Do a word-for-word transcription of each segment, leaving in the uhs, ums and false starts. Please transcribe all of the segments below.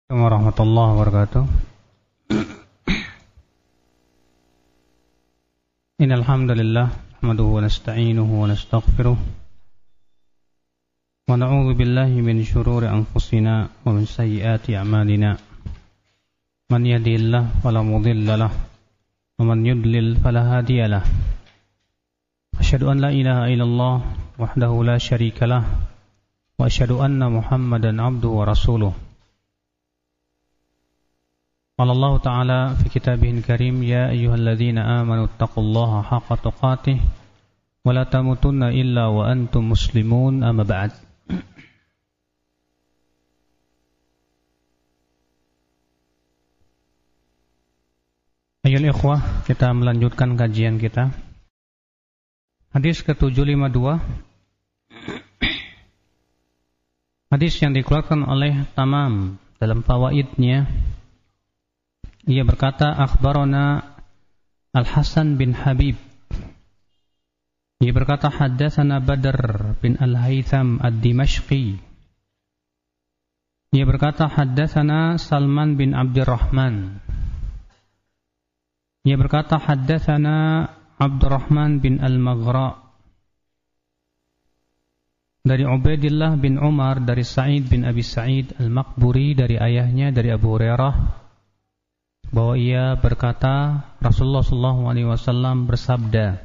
Warahmatullahi wabarakatuh. Innal hamdalillah nahmaduhu wa nasta'inuhu wa nastaghfiruh wa na'udzu billahi min shururi anfusina wa min sayyiati a'malina. Man yahdihillahu fala mudilla lahu wa man yudlil fala hadiya lahu. Asyhadu an la ilaha illallah wahdahu la syarika lahu wa asyhadu anna Muhammadan 'abduhu wa rasuluh. قال الله تعالى في كتابه الكريم يا أيها الذين آمنوا اتقوا الله حق تقاته ولا تموتن إلا وأنتم مسلمون أما بعد. Ayolah ikhwah, kita melanjutkan kajian kita. Hadis ke tujuh ratus lima puluh dua. Hadis yang dikeluarkan oleh Tamam dalam fawaidnya. Ia berkata, akhbarana Al-Hasan bin Habib. Ia berkata, haddatsana Badr bin Al-Haytham Ad-Dimashqi. Ia berkata, haddatsana Salman bin Abdurrahman. Ia berkata, haddatsana Abdurrahman bin Al-Maghra. Dari Ubaidillah bin Umar, dari Sa'id bin Abi Sa'id Al-Maqburi, dari ayahnya, dari Abu Hurairah, bahwa ia berkata, Rasulullah sallallahu alaihi wasallam bersabda,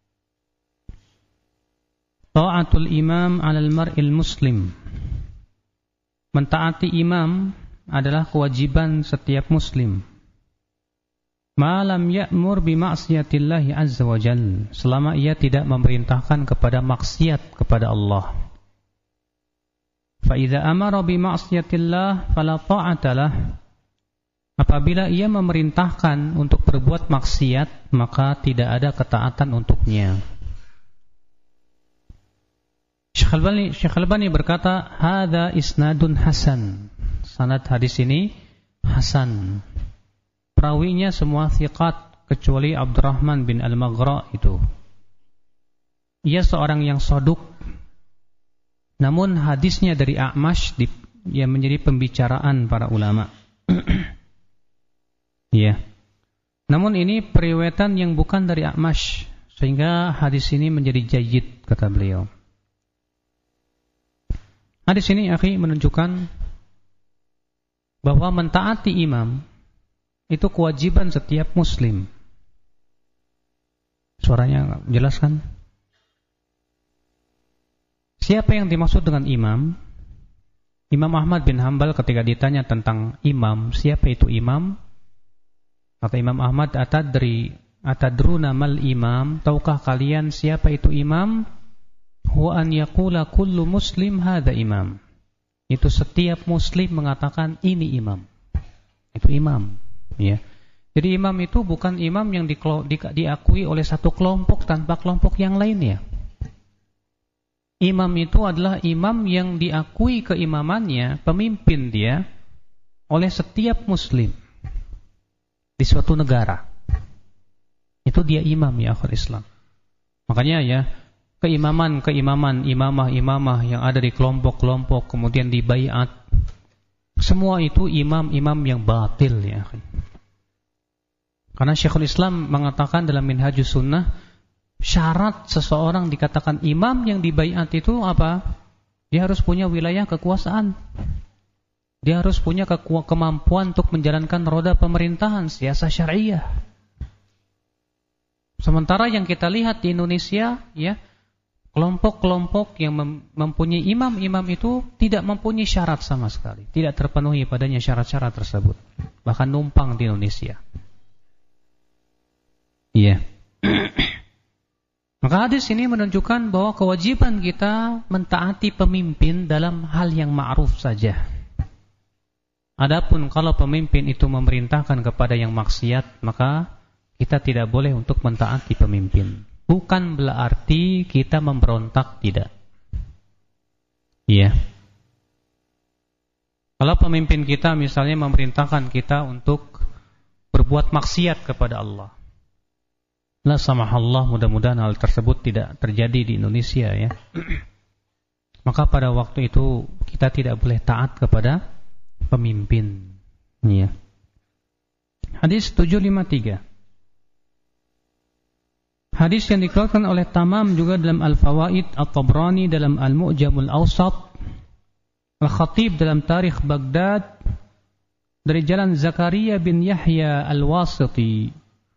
ta'atul imam 'alal mar'il muslim. Mentaati imam adalah kewajiban setiap muslim. Ma lam ya'mur bi ma'siyatillahi azza wa jalla, selama ia tidak memerintahkan kepada maksiat kepada Allah. Fa idza amara bi ma'siyatillah fala ta'ata lah. Apabila ia memerintahkan untuk berbuat maksiat, maka tidak ada ketaatan untuknya. Syekh Albani, Syekh Albani berkata, hadza isnadun hasan. Sanad hadis ini hasan. Perawinya semua thiqat kecuali Abdurrahman bin Al-Maghra itu. Ia seorang yang soduk. Namun hadisnya dari A'mash yang menjadi pembicaraan para ulama. Ya. Namun ini periwayatan yang bukan dari A'mash, sehingga hadis ini menjadi jayyid, kata beliau. Hadis ini akhi menunjukkan bahwa mentaati imam itu kewajiban setiap muslim. Suaranya jelas kan? Siapa yang dimaksud dengan imam? Imam Ahmad bin Hanbal ketika ditanya tentang imam, siapa itu imam? Kata Imam Ahmad, atadri atadruna mal imam, tahukah kalian siapa itu imam? Huwa an yaqula kullu muslim hadza imam. Itu setiap muslim mengatakan ini imam. Itu imam, ya. Jadi imam itu bukan imam yang di, di, diakui oleh satu kelompok tanpa kelompok yang lainnya. Imam itu adalah imam yang diakui keimamannya, pemimpin dia oleh setiap muslim di suatu negara. Itu dia imam, ya akhir Islam. Makanya ya, keimaman-keimaman, imamah-imamah yang ada di kelompok-kelompok kemudian dibaiat, semua itu imam-imam yang batil, ya akhir. Karena Syekhul Islam mengatakan dalam Minhajus Sunnah, syarat seseorang dikatakan imam yang dibaiat itu apa? Dia harus punya wilayah kekuasaan. Dia harus punya keku- kemampuan untuk menjalankan roda pemerintahan, siasah syariah. Sementara yang kita lihat di Indonesia, ya, kelompok-kelompok yang mem- mempunyai imam-imam itu tidak mempunyai syarat sama sekali, tidak terpenuhi padanya syarat-syarat tersebut, bahkan numpang di Indonesia. Iya. Maka hadis ini menunjukkan bahwa kewajiban kita mentaati pemimpin dalam hal yang ma'ruf saja. Adapun kalau pemimpin itu memerintahkan kepada yang maksiat, maka kita tidak boleh untuk mentaati pemimpin. Bukan berarti kita memberontak, tidak. Iya. Kalau pemimpin kita misalnya memerintahkan kita untuk berbuat maksiat kepada Allah, la samahallah, mudah-mudahan hal tersebut tidak terjadi di Indonesia, ya. Maka pada waktu itu kita tidak boleh taat kepada pemimpin. Ya. Hadis tujuh lima tiga. Hadis yang dikeluarkan oleh Tamam juga dalam Al-Fawaid, At-Tabrani dalam Al-Mu'jamul Awsat, Al-Khatib dalam Tarikh Baghdad, dari jalan Zakaria bin Yahya Al-Wasiti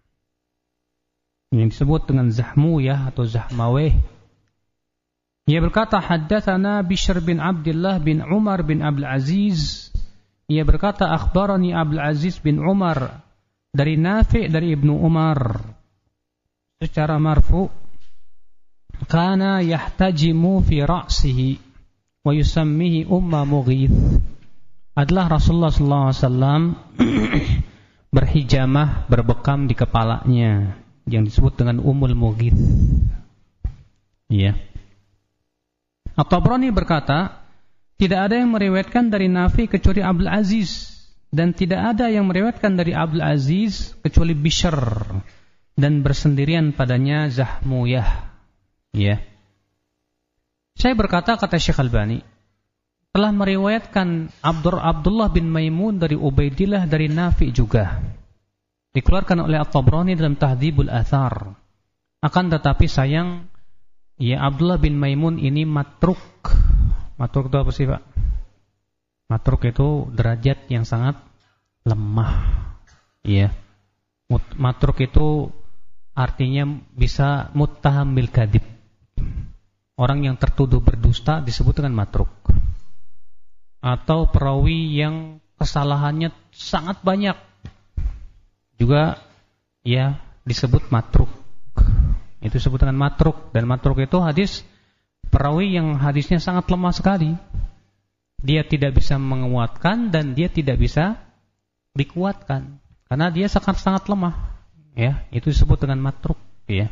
yang disebut dengan Zahmuyah atau Zahmaweh. Ia berkata, haddatsana Bishr bin Abdullah bin Umar bin Abdul Aziz. Ia berkata, akhbarani Abdul Aziz bin Umar dari Nafi' dari Ibnu Umar secara marfu, kana yahtajimu fi ra'sihi wa yusammihi umma mughith. Adalah Rasulullah sallallahu alaihi wasallam berhijamah, berbekam di kepalanya yang disebut dengan Ummul Mughith. Iya. At-Tabrani berkata, tidak ada yang meriwayatkan dari Nafi kecuali Abdul Aziz, dan tidak ada yang meriwayatkan dari Abdul Aziz kecuali Bishr, dan bersendirian padanya Zahmuyah. Ya. Saya berkata, kata Syekh Albani, telah meriwayatkan Abdur Abdullah bin Maimun dari Ubaidillah dari Nafi juga. Dikeluarkan oleh At-Tabrani dalam Tahdhibul Athar. Akan tetapi sayang, ya Abdullah bin Maimun ini matruk. Matruk itu apa sih, Pak? Matruk itu derajat yang sangat lemah. Iya. Matruk itu artinya bisa muttaham bil kadhib. Orang yang tertuduh berdusta disebut dengan matruk. Atau perawi yang kesalahannya sangat banyak juga ya disebut matruk. Itu disebut dengan matruk. Dan matruk itu hadis perawi yang hadisnya sangat lemah sekali. Dia tidak bisa menguatkan dan dia tidak bisa dikuatkan karena dia sangat sangat lemah. Ya, itu disebut dengan matruk, ya.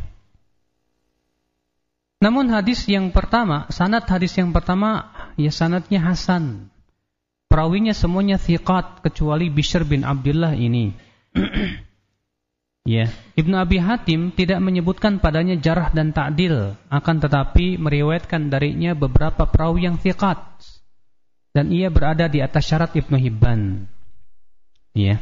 Namun hadis yang pertama, sanad hadis yang pertama, ya sanadnya hasan. Perawinya semuanya thiqat kecuali Bishr bin Abdullah ini. Ya, Ibnu Abi Hatim tidak menyebutkan padanya jarah dan ta'dil, akan tetapi meriwayatkan darinya beberapa perawi yang thiqat, dan ia berada di atas syarat Ibnu Hibban. Ya.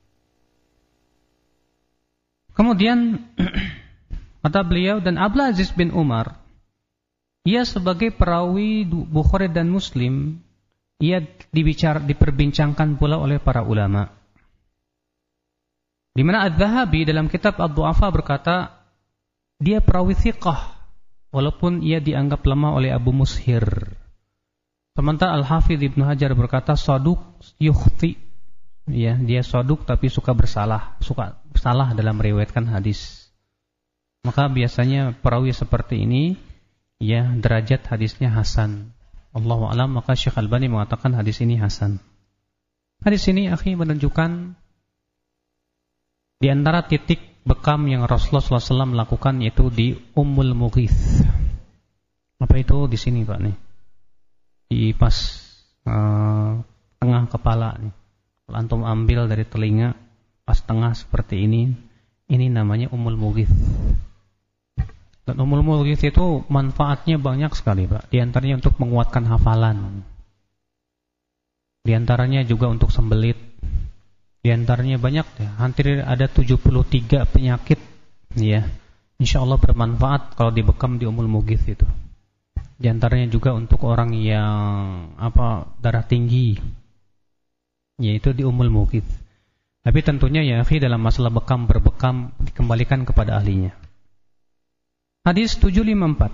Kemudian kata beliau, dan Abdul Aziz bin Umar, ia sebagai perawi Bukhari dan Muslim, ia dibicar, diperbincangkan pula oleh para ulama. Di mana Az-Zahabi dalam kitab Ad-Du'afa berkata, dia perawi thiqah, walaupun ia dianggap lemah oleh Abu Mushir. Sementara Al-Hafidh Ibnu Hajar berkata, saduq yukhti. Ya, dia saduq tapi suka bersalah, suka salah dalam meriwayatkan hadis. Maka biasanya perawi seperti ini, ya derajat hadisnya hasan. Allahu a'lam. Maka Syekh Albani mengatakan hadis ini hasan. Hadis ini akhi menunjukkan di antara titik bekam yang Rasulullah shallallahu alaihi wasallam lakukan yaitu di Ummul Mughith. Apa itu di sini Pak nih? Di pas uh, tengah kepala nih. Kalau antum ambil dari telinga pas tengah seperti ini, ini namanya Ummul Mughith. Dan Ummul Mughith itu manfaatnya banyak sekali Pak. Di antaranya untuk menguatkan hafalan. Di antaranya juga untuk sembelit. Di antaranya banyak ya, hampir ada tujuh puluh tiga penyakit ya. Insyaallah bermanfaat kalau dibekam di Ummul Mughith itu. Di antaranya juga untuk orang yang apa darah tinggi, yaitu di Ummul Mughith. Tapi tentunya ya akhi dalam masalah bekam berbekam dikembalikan kepada ahlinya. Hadis tujuh lima empat.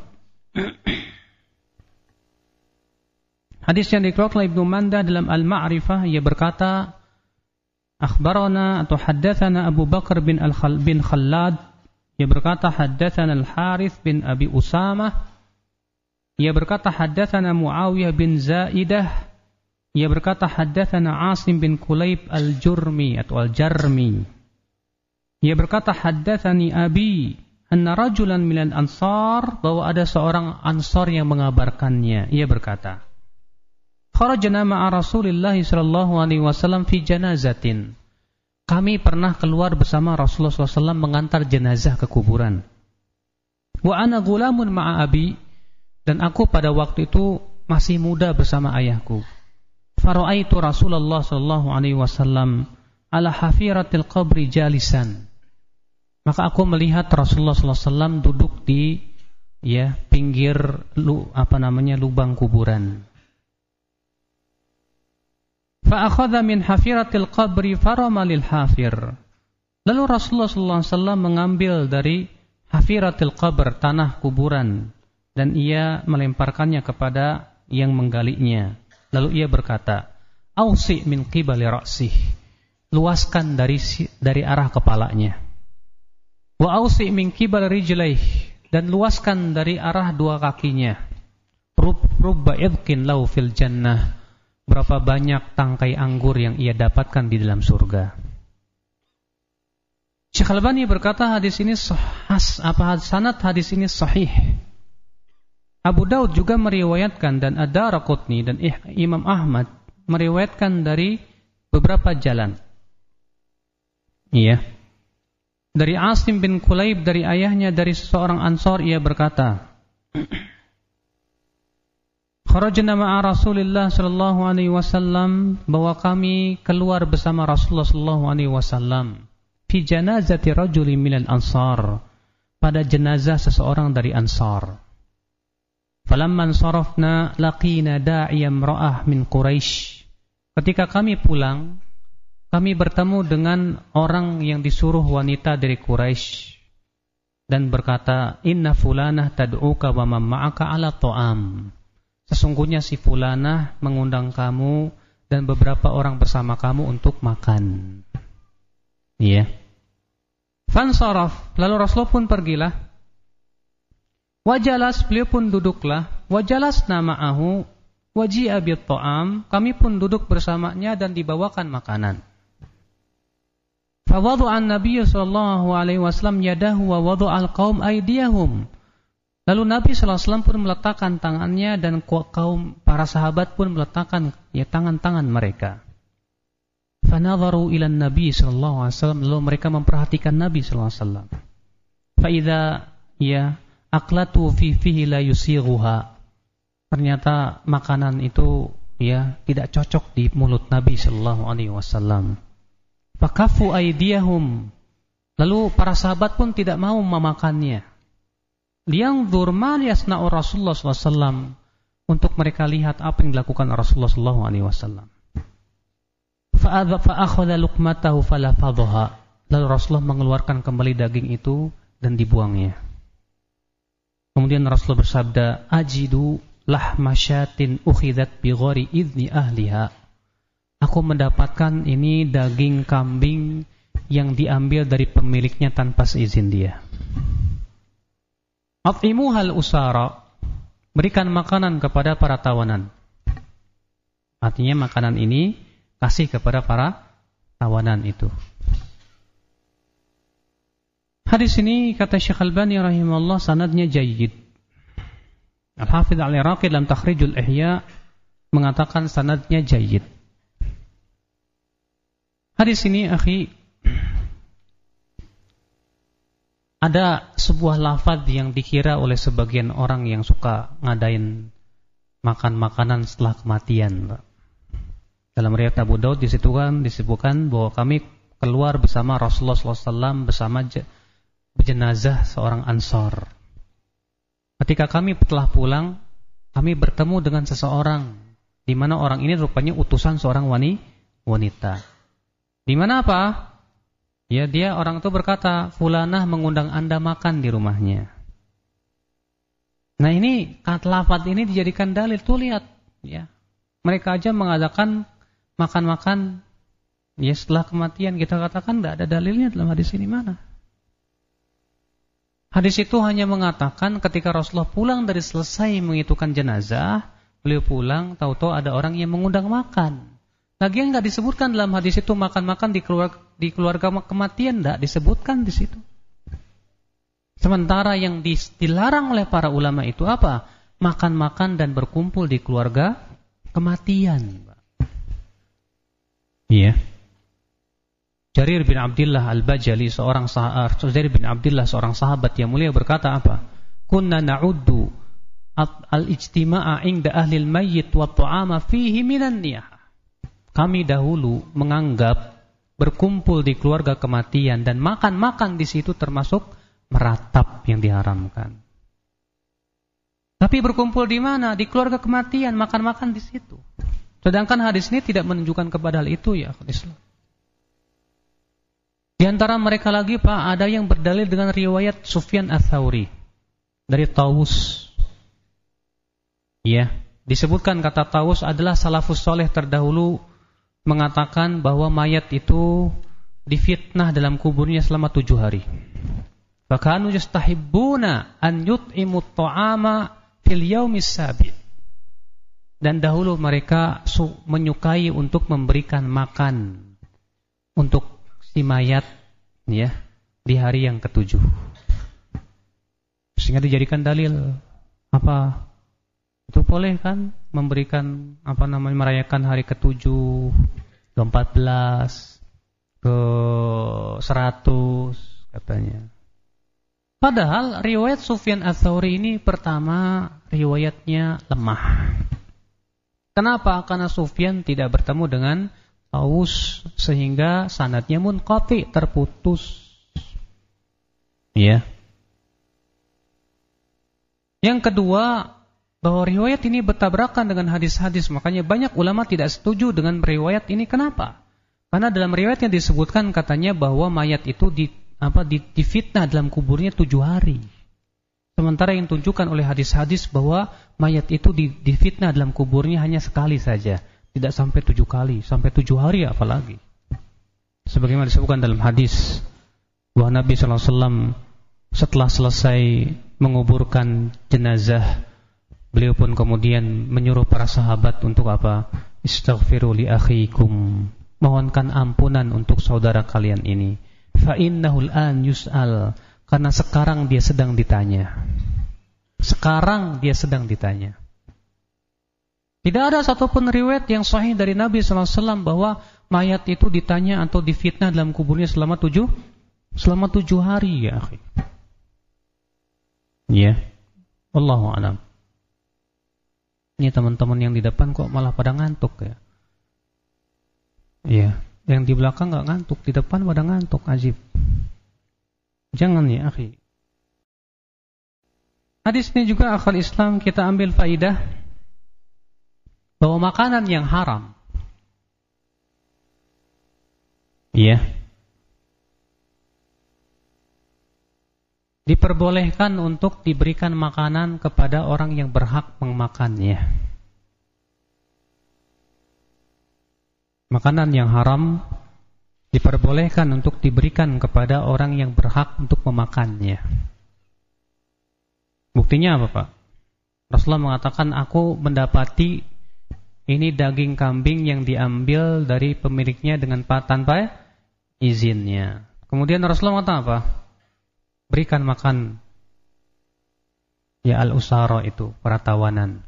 Hadis yang dikeluarkan oleh Ibnu Mandah dalam Al-Ma'rifah, ia berkata, akhbarana atau haddatsana Abu Bakar bin Al-Khal bin Khallad, ia berkata haddatsana Al-Harith bin Abi Usamah, ia berkata haddatsana Muawiyah bin Zaidah, ia berkata haddatsana Asim bin Kulayb Al-Jurmi atau Al-Jarmi, ia berkata haddatsani Abi anna rajulan minal ansar, bahwa ada seorang ansar yang mengabarkannya. Ia berkata, kharajna ma'a Rasulillah sallallahu alaihi wasallam fi janazatin. Kami pernah keluar bersama Rasulullah sallallahu alaihi wasallam mengantar jenazah ke kuburan. Wa ana gulamun ma'a abi, dan aku pada waktu itu masih muda bersama ayahku. fara'aitu Rasulullah sallallahu alaihi wasallam ala hafiratil qabri jalisan. Maka aku melihat Rasulullah sallallahu alaihi wasallam duduk di ya pinggir lu, apa namanya lubang kuburan. Fa akhadha min hafiratil qabri farama lil hafir. Lalu Rasulullah sallallahu alaihi wasallam mengambil dari hafiratil qabr, tanah kuburan, dan ia melemparkannya kepada yang menggalinya. Lalu ia berkata, "Ausi min qibali ra'sih." Luaskan dari dari arah kepalanya. "Wa ausi min qibali rijlaih." Dan luaskan dari arah dua kakinya. "Rub rubba idqin lau fil jannah." Berapa banyak tangkai anggur yang ia dapatkan di dalam surga. Syekh Al-Albani berkata hadis ini sahih, apa sanad hadis ini sahih. Abu Daud juga meriwayatkan dan Ad-Daraqutni dan Imam Ahmad meriwayatkan dari beberapa jalan. Iya. Dari Asim bin Kulaib dari ayahnya dari seseorang Ansar ia berkata, Kharajna ma'a Rasulillah sallallahu alaihi wasallam, bahwa kami keluar bersama Rasulullah sallallahu alaihi wasallam fi janazati rajulin minal ansar, pada jenazah seseorang dari Ansar. Falamman sarafna laqina da'iyan ra'ah min Quraisy. Ketika kami pulang, kami bertemu dengan orang yang disuruh wanita dari Quraisy dan berkata, "Inna fulanah tad'uka wa man ma'aka 'ala ta'am." Sesungguhnya si fulanah mengundang kamu dan beberapa orang bersama kamu untuk makan. Iya. Fansaraf, lalu Rasulullah pun pergilah. Wajalas, beliau pun duduklah. Wajalas nama'ahu waji'a bit ta'am, kami pun duduk bersamanya dan dibawakan makanan. Fa wada'an Nabi sallallahu alaihi wasallam yadahu wa wada'al qaum aydiyahum. Lalu Nabi sallallahu alaihi wasallam pun meletakkan tangannya dan kaum para sahabat pun meletakkan ya tangan-tangan mereka. Fanadharu ila Nabi sallallahu alaihi wasallam, lalu mereka memperhatikan Nabi sallallahu alaihi wasallam. Fa idza ya aqlatu fi fihi la yusighuha. Ternyata makanan itu ya tidak cocok di mulut Nabi sallallahu alaihi wasallam. Fakafu aydiyahum. Lalu para sahabat pun tidak mau memakannya. Liyanzur ma yasna'u Rasulullah sallallahu alaihi wasallam, untuk mereka lihat apa yang dilakukan Rasulullah sallallahu alaihi wasallam. Fa akhadha luqmatahu falafadhaha. Lalu Rasulullah mengeluarkan kembali daging itu dan dibuangnya. Kemudian Rasulullah bersabda, "Ajidu lahma syatin ukhidat bi ghairi idzni ahliha." Aku mendapatkan ini daging kambing yang diambil dari pemiliknya tanpa seizin dia. At'imuhal usara, berikan makanan kepada para tawanan. Artinya makanan ini kasih kepada para tawanan itu. Hadis ini kata Syekh Al-Albani rahimahullah sanadnya jayyid. Al-Hafidz Al-Iraqi dalam Takhrijul Ihya mengatakan sanadnya jayyid. Hadis ini akhi, ada sebuah lafaz yang dikira oleh sebagian orang yang suka ngadain makan makanan setelah kematian. Dalam riwayat Abu Daud disebutkan, disebutkan bahwa kami keluar bersama Rasulullah sallallahu alaihi wasallam bersama jenazah seorang Ansar. Ketika kami telah pulang, kami bertemu dengan seseorang, di mana orang ini rupanya utusan seorang wanita. Di mana apa? Ya, dia orang itu berkata, fulanah mengundang Anda makan di rumahnya. Nah ini kata lafaz ini dijadikan dalil. Tuh lihat, ya, mereka aja mengadakan makan-makan ya setelah kematian. Kita katakan tidak ada dalilnya dalam hadis ini mana. Hadis itu hanya mengatakan ketika Rasulullah pulang dari selesai menghitungkan jenazah, beliau pulang, tahu-tahu ada orang yang mengundang makan. Lagi yang nggak disebutkan dalam hadis itu makan-makan di keluarga, di keluarga kematian, nggak disebutkan di situ. Sementara yang dilarang oleh para ulama itu apa? Makan-makan dan berkumpul di keluarga kematian. Iya. Jarir bin Abdullah Al-Bajali, seorang sahabat, Jarir bin Abdullah seorang sahabat yang mulia berkata apa? Kunna na'uddu al-ijtima'a 'inda ahli al-mayyit wa ta'ama fihi minan niyah. kami dahulu menganggap berkumpul di keluarga kematian dan makan-makan di situ termasuk meratap yang diharamkan. Tapi berkumpul di mana? Di keluarga kematian, makan-makan di situ. Sedangkan hadis ini tidak menunjukkan kepada hal itu ya Islam. Di antara mereka lagi Pak, ada yang berdalil dengan riwayat Sufyan Ats-Tsauri dari Tawus. Ya, disebutkan kata Tawus adalah salafus soleh terdahulu mengatakan bahwa mayat itu difitnah dalam kuburnya selama tujuh hari. Fakanu yastahibbuna an yut'imut ta'ama fil yaumis sabi'. Dan dahulu mereka menyukai untuk memberikan makan untuk si mayat ya di hari yang ketujuh. Sehingga dijadikan dalil apa? Itu boleh kan memberikan apa namanya merayakan hari ketujuh, ke empat belas, ke seratus katanya. Padahal riwayat Sufyan Ats-Tsauri ini pertama riwayatnya lemah. Kenapa? Karena Sufyan tidak bertemu dengan Tawus sehingga sanadnya munqati, terputus. Ya. Yang kedua, bahwa riwayat ini bertabrakan dengan hadis-hadis, makanya banyak ulama tidak setuju dengan riwayat ini. Kenapa? Karena dalam riwayat yang disebutkan katanya bahwa mayat itu di apa di, difitnah dalam kuburnya tujuh hari. Sementara yang ditunjukkan oleh hadis-hadis bahwa mayat itu difitnah dalam kuburnya hanya sekali saja, tidak sampai tujuh kali, sampai tujuh hari apalagi. Sebagaimana disebutkan dalam hadis bahwa Nabi shallallahu alaihi wasallam setelah selesai menguburkan jenazah, beliau pun kemudian menyuruh para sahabat untuk apa? Istaghfiru li akhikum, mohonkan ampunan untuk saudara kalian ini. Fa innahu al-an yus'al, karena sekarang dia sedang ditanya. Sekarang dia sedang ditanya. Tidak ada satupun riwayat yang sahih dari Nabi shallallahu alaihi wasallam bahwa mayat itu ditanya atau difitnah dalam kuburnya selama tujuh selama tujuh hari ya akhi. Ya, wallahu a'lam. Ini teman-teman yang di depan kok malah pada ngantuk ya. Iya, yang di belakang nggak ngantuk, di depan pada ngantuk, ajib. Jangan ya akhi. Hadis ini juga akal Islam kita ambil faidah bahwa makanan yang haram, iya, diperbolehkan untuk diberikan makanan kepada orang yang berhak memakannya. Makanan yang haram diperbolehkan untuk diberikan kepada orang yang berhak untuk memakannya. Buktinya apa Pak? Rasulullah mengatakan, aku mendapati ini daging kambing yang diambil dari pemiliknya dengan tanpa izinnya. Kemudian Rasulullah mengatakan apa? Berikan makan ya al-usara itu, para tawanan.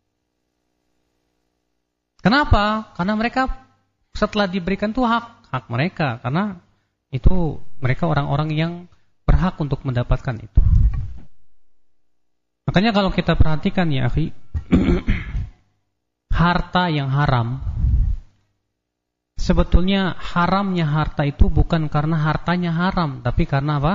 Kenapa? Karena mereka setelah diberikan itu hak hak mereka, karena itu mereka orang-orang yang berhak untuk mendapatkan itu. Makanya kalau kita perhatikan ya akhi, harta yang haram, sebetulnya haramnya harta itu bukan karena hartanya haram, tapi karena apa?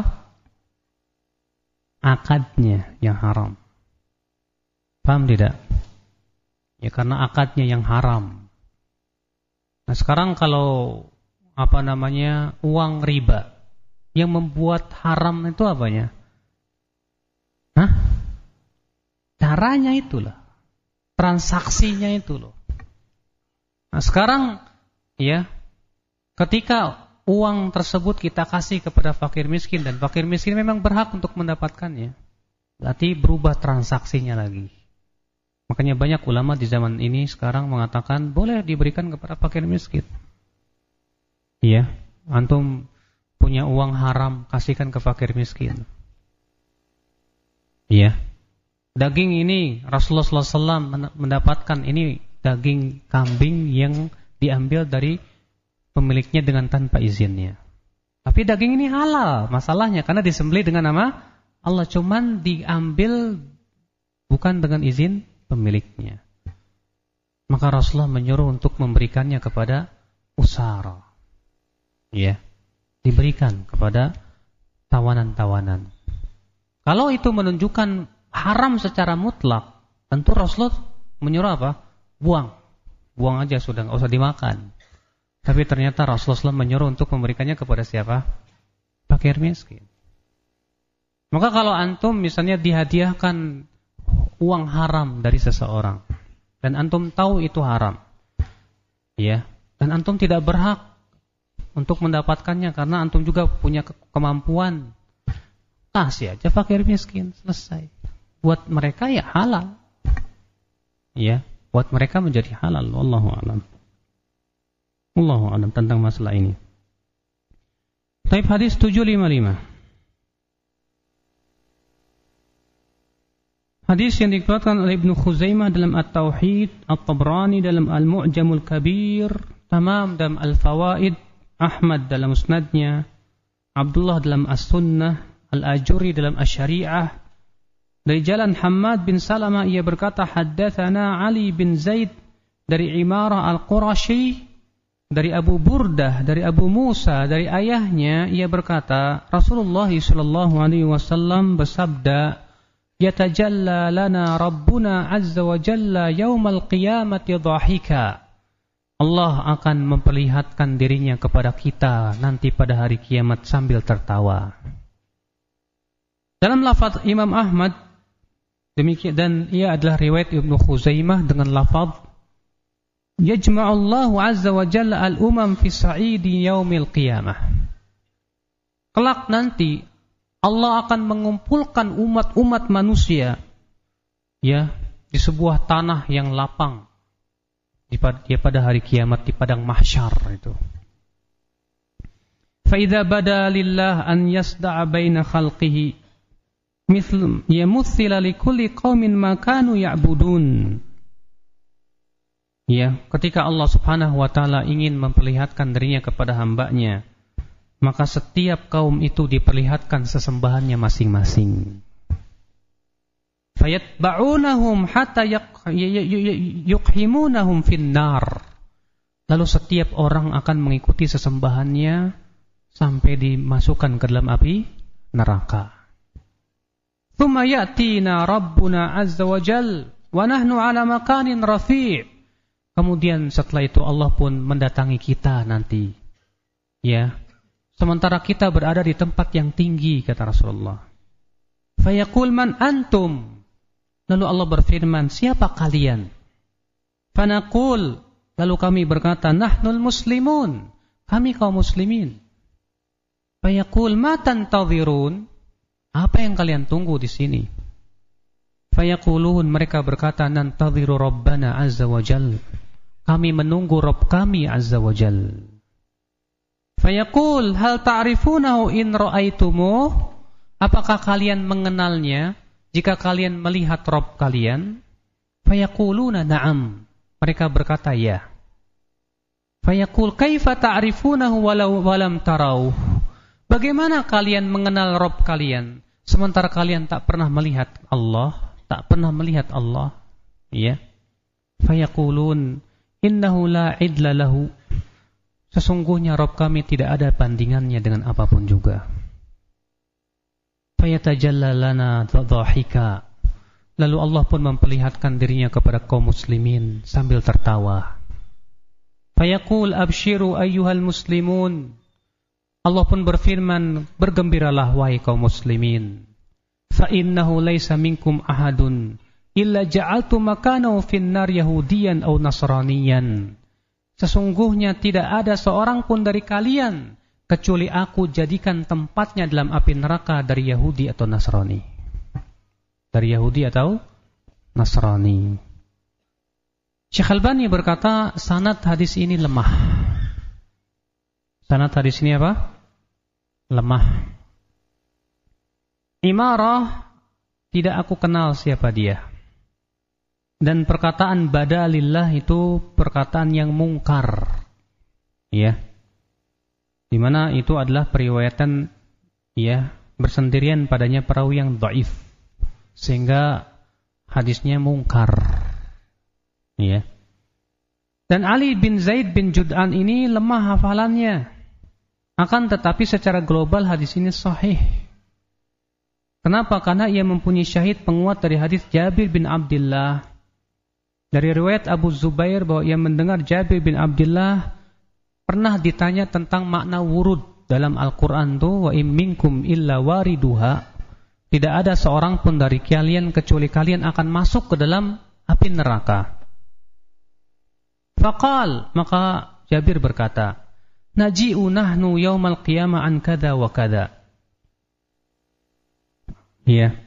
Akadnya yang haram. Paham tidak? Ya karena akadnya yang haram. Nah sekarang kalau apa namanya uang riba yang membuat haram itu apanya? Hah? Caranya itulah, transaksinya itu loh. Nah sekarang ya, ketika uang tersebut kita kasih kepada fakir miskin dan fakir miskin memang berhak untuk mendapatkannya, berarti berubah transaksinya lagi. Makanya banyak ulama di zaman ini sekarang mengatakan boleh diberikan kepada fakir miskin. Iya, antum punya uang haram, kasihkan ke fakir miskin. Iya. Daging ini Rasulullah shallallahu alaihi wasallam mendapatkan ini daging kambing yang diambil dari pemiliknya dengan tanpa izinnya. Tapi daging ini halal, masalahnya karena disembelih dengan nama Allah, cuman diambil bukan dengan izin pemiliknya. maka Rasulullah menyuruh untuk memberikannya kepada usara. Ya, diberikan kepada tawanan-tawanan. Kalau itu menunjukkan haram secara mutlak, tentu Rasulullah menyuruh apa? Buang. Buang aja sudah, enggak usah dimakan. Tapi ternyata Rasulullah menyuruh untuk memberikannya kepada siapa? Fakir miskin. Maka kalau antum misalnya dihadiahkan uang haram dari seseorang dan antum tahu itu haram, ya, dan antum tidak berhak untuk mendapatkannya karena antum juga punya kemampuan, kasih aja fakir miskin, selesai. Buat mereka ya halal, ya, buat mereka menjadi halal. Wallahu a'lam. Wallahu a'lam tentang masalah ini. Taib hadis tujuh lima lima. Hadis yang dikeluarkan oleh Ibnu Khuzaimah dalam At-Tauhid, At-Tabrani dalam Al-Mu'jamul Kabir, Tamam dalam Al-Fawaid, Ahmad dalam Musnadnya, Abdullah dalam As-Sunnah, Al-Ajuri dalam Asy-Syari'ah. Dari jalan Hammad bin Salamah ia berkata, haddatsana Ali bin Zaid dari Imarah Al-Qurashi, dari Abu Burdah, dari Abu Musa, dari ayahnya ia berkata, Rasulullah sallallahu alaihi wasallam bersabda, yatajalla lana Rabbuna azza wa jalla yaumal qiyamati dhahika. Allah akan memperlihatkan dirinya kepada kita nanti pada hari kiamat sambil tertawa. Dalam lafaz Imam Ahmad demikian, dan ia adalah riwayat Ibnu Khuzaimah dengan lafaz yajma'ullahu azza wa jalla al-umam fi sa'idi yaumil qiyamah. Kelak nanti Allah akan mengumpulkan umat-umat manusia, ya, di sebuah tanah yang lapang, di pada hari kiamat, di padang mahsyar itu. Fa idza bada lillah an yasda'a baina khalqihi mithl yamuthila likulli qaumin ma kanu ya'budun. Ya, ketika Allah Subhanahu wa taala ingin memperlihatkan dirinya kepada hambanya, maka setiap kaum itu diperlihatkan sesembahannya masing-masing. Fayatba'unahum hatta yuqhimunahum finnar. Lalu setiap orang akan mengikuti sesembahannya sampai dimasukkan ke dalam api neraka. Tsumma ya'tina rabbuna azza wa jal wa nahnu 'ala makanin rafi'. Kemudian setelah itu Allah pun mendatangi kita nanti. Ya. Sementara kita berada di tempat yang tinggi, kata Rasulullah. Fayaqul man antum. Lalu Allah berfirman, siapa kalian? Fanaqul. Lalu kami berkata, nahnul muslimun. Kami kaum muslimin. Fayaqul ma tantadhirun. Apa yang kalian tunggu di sini? Fayaqulun, mereka berkata, nantadhiru rabbana azza wa jal. Kami menunggu Rabb kami azza wa jal. Fayaqul hal ta'rifunahu in ra'aitumuh? Apakah kalian mengenalnya jika kalian melihat Rabb kalian? Fayaquluna na'am. Mereka berkata ya. Fayaqul kaifa ta'rifunahu walau walam tarauh? Bagaimana kalian mengenal Rabb kalian sementara kalian tak pernah melihat Allah, tak pernah melihat Allah? Ya. Fayaqulun innahu la idla lahu. Sesungguhnya Rabb kami tidak ada bandingannya dengan apapun juga. Fayatajalla lana dhahika. Lalu Allah pun memperlihatkan dirinya kepada kaum muslimin sambil tertawa. Fayaqul abshiru ayyuhal muslimun. Allah pun berfirman, bergembiralah wahai kaum muslimin. Fa innahu laisa minkum ahadun illa ja'altu makanahu finnar yahudiyan aw nasraniyan. Sesungguhnya tidak ada seorang pun dari kalian kecuali aku jadikan tempatnya dalam api neraka dari Yahudi atau Nasrani. Dari Yahudi atau Nasrani. Syekh Albani berkata, sanad hadis ini lemah. Sanad hadis ini apa? Lemah. Imarah tidak aku kenal siapa dia. Dan perkataan badalillah itu perkataan yang mungkar, ya, dimana itu adalah periwayatan, ya, bersendirian padanya perawi yang dhaif, sehingga hadisnya mungkar, ya. Dan Ali bin Zaid bin Jud'an ini lemah hafalannya. Akan tetapi secara global hadis ini sahih. Kenapa? Karena ia mempunyai syahid penguat dari hadis Jabir bin Abdullah. Dari riwayat Abu Zubair bahwa ia mendengar Jabir bin Abdullah pernah ditanya tentang makna wurud dalam Al-Quran tuh, wa im minkum illa wariduha. Tidak ada seorang pun dari kalian kecuali kalian akan masuk ke dalam api neraka. Faqal, maka Jabir berkata, naji'u nahnu yaumal qiyamah an kada wa kada. Iya.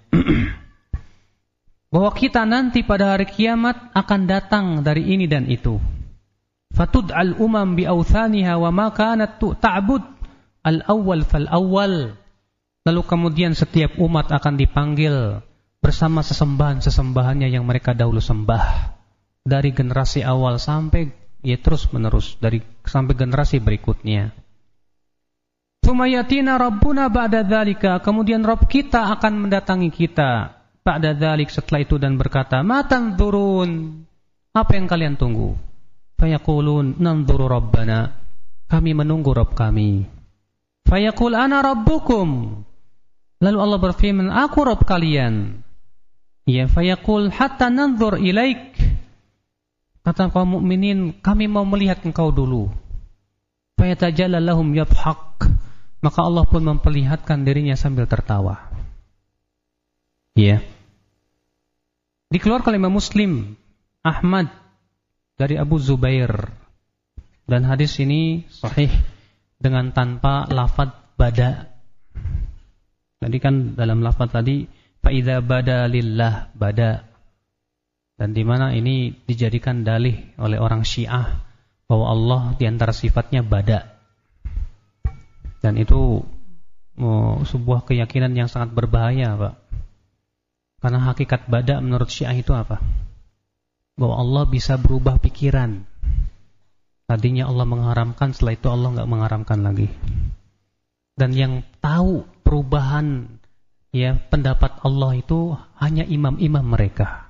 Bahwa kita nanti pada hari kiamat akan datang dari ini dan itu. Fatud'al umam bi awthaniha wa ma kanat ta'bud al-awwal fal-awwal. Lalu kemudian setiap umat akan dipanggil bersama sesembahan-sesembahannya yang mereka dahulu sembah. Dari generasi awal sampai ya terus menerus dari sampai generasi berikutnya. Sumayatina Rabbuna ba'da dzalika, kemudian Rabb kita akan mendatangi kita ba'da dzalik setelah itu dan berkata, "Ma tanzurun?" Apa yang kalian tunggu? Fayaqulun nanzuru Rabbana, kami menunggu Rabb kami. Fayaqul ana rabbukum, lalu Allah berfirman, aku Rabb kalian. Ya, fayaqul hatta nanzur ilaik, kata kaum mukminin, kami mau melihat engkau dulu. Fayatajalla lahum yadhhak, maka Allah pun memperlihatkan dirinya sambil tertawa. Ya. Dikeluarkan oleh Imam Muslim, Ahmad dari Abu Zubair, dan hadis ini sahih dengan tanpa lafaz bada. Jadi kan dalam lafaz tadi fa idza bada lillah bada. Dan di mana ini dijadikan dalih oleh orang Syiah bahwa Allah di antara sifatnya bada. Dan itu oh, sebuah keyakinan yang sangat berbahaya, Pak. Karena hakikat bada menurut Syiah itu apa? Bahwa Allah bisa berubah pikiran. Tadinya Allah mengharamkan, setelah itu Allah enggak mengharamkan lagi. Dan yang tahu perubahan ya pendapat Allah itu hanya imam-imam mereka.